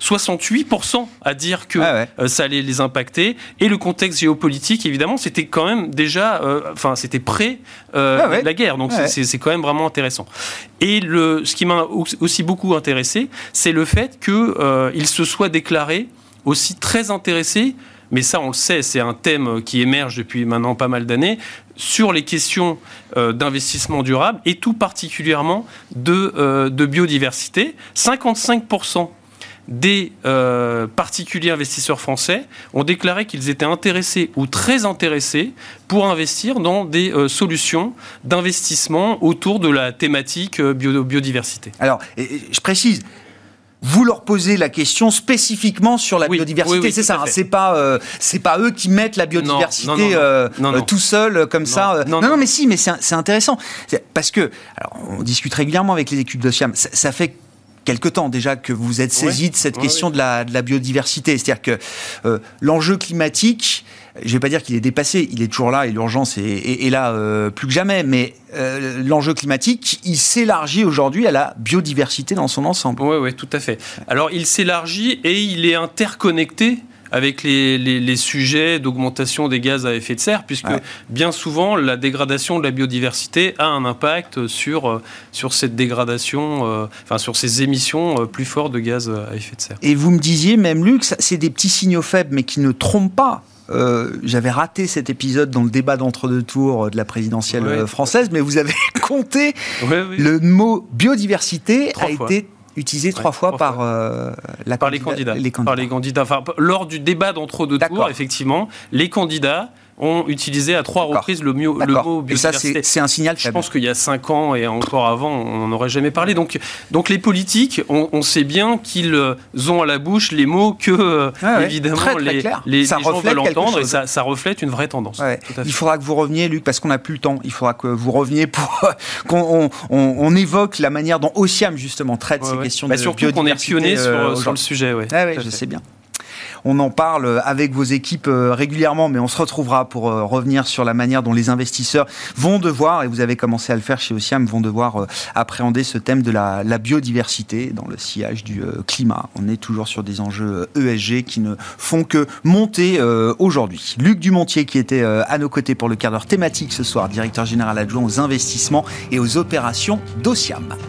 S6: 68% à dire que ça allait les impacter. Et le contexte géopolitique, évidemment, c'était quand même déjà... c'était près de la guerre. Donc, c'est quand même vraiment intéressant. Et ce qui m'a aussi beaucoup intéressé, c'est le fait qu'il se soit déclaré aussi très intéressé, mais ça on le sait, c'est un thème qui émerge depuis maintenant pas mal d'années, sur les questions d'investissement durable et tout particulièrement de biodiversité. 55% des particuliers investisseurs français ont déclaré qu'ils étaient intéressés ou très intéressés pour investir dans des solutions d'investissement autour de la thématique biodiversité.
S1: Alors, je précise, vous leur posez la question spécifiquement sur la biodiversité, c'est ça. C'est pas eux qui mettent la biodiversité tout seul comme ça. Non, mais si, mais c'est intéressant parce que alors, on discute régulièrement avec les équipes d'Ossiam. Ça fait quelque temps déjà que vous êtes saisi de cette question de la biodiversité. C'est-à-dire que l'enjeu climatique, je ne vais pas dire qu'il est dépassé, il est toujours là et l'urgence est là plus que jamais, mais l'enjeu climatique, il s'élargit aujourd'hui à la biodiversité dans son ensemble.
S6: Oui, tout à fait. Alors, il s'élargit et il est interconnecté avec les sujets d'augmentation des gaz à effet de serre, puisque bien souvent, la dégradation de la biodiversité a un impact sur cette dégradation, sur ces émissions plus fortes de gaz à effet de serre.
S1: Et vous me disiez même, Luc, c'est des petits signaux faibles, mais qui ne trompent pas. J'avais raté cet épisode dans le débat d'entre-deux tours de la présidentielle française, mais vous avez compté le mot biodiversité a été utilisé trois fois par les candidats.
S6: Lors du débat d'entre-deux tours, effectivement, les candidats ont utilisé à 3 reprises le mot biodiversité.
S1: Et ça, c'est un signal faible.
S6: Je pense qu'il y a 5 ans et encore avant, on n'aurait jamais parlé. Donc les politiques, on sait bien qu'ils ont à la bouche les mots que, évidemment,
S1: très
S6: les
S1: gens
S6: veulent entendre, et ça reflète une vraie tendance.
S1: Ouais. Il faudra que vous reveniez, Luc, parce qu'on n'a plus le temps. Il faudra que vous reveniez pour qu'on évoque la manière dont OSIAM, justement, traite ces questions de
S6: surtout
S1: biodiversité.
S6: Qu'on est pionnier sur le sujet.
S1: Je sais bien. On en parle avec vos équipes régulièrement, mais on se retrouvera pour revenir sur la manière dont les investisseurs vont devoir, et vous avez commencé à le faire chez OSIAM, vont devoir appréhender ce thème de la biodiversité dans le sillage du climat. On est toujours sur des enjeux ESG qui ne font que monter aujourd'hui. Luc Dumontier, qui était à nos côtés pour le quart d'heure thématique ce soir, directeur général adjoint aux investissements et aux opérations d'OSIAM.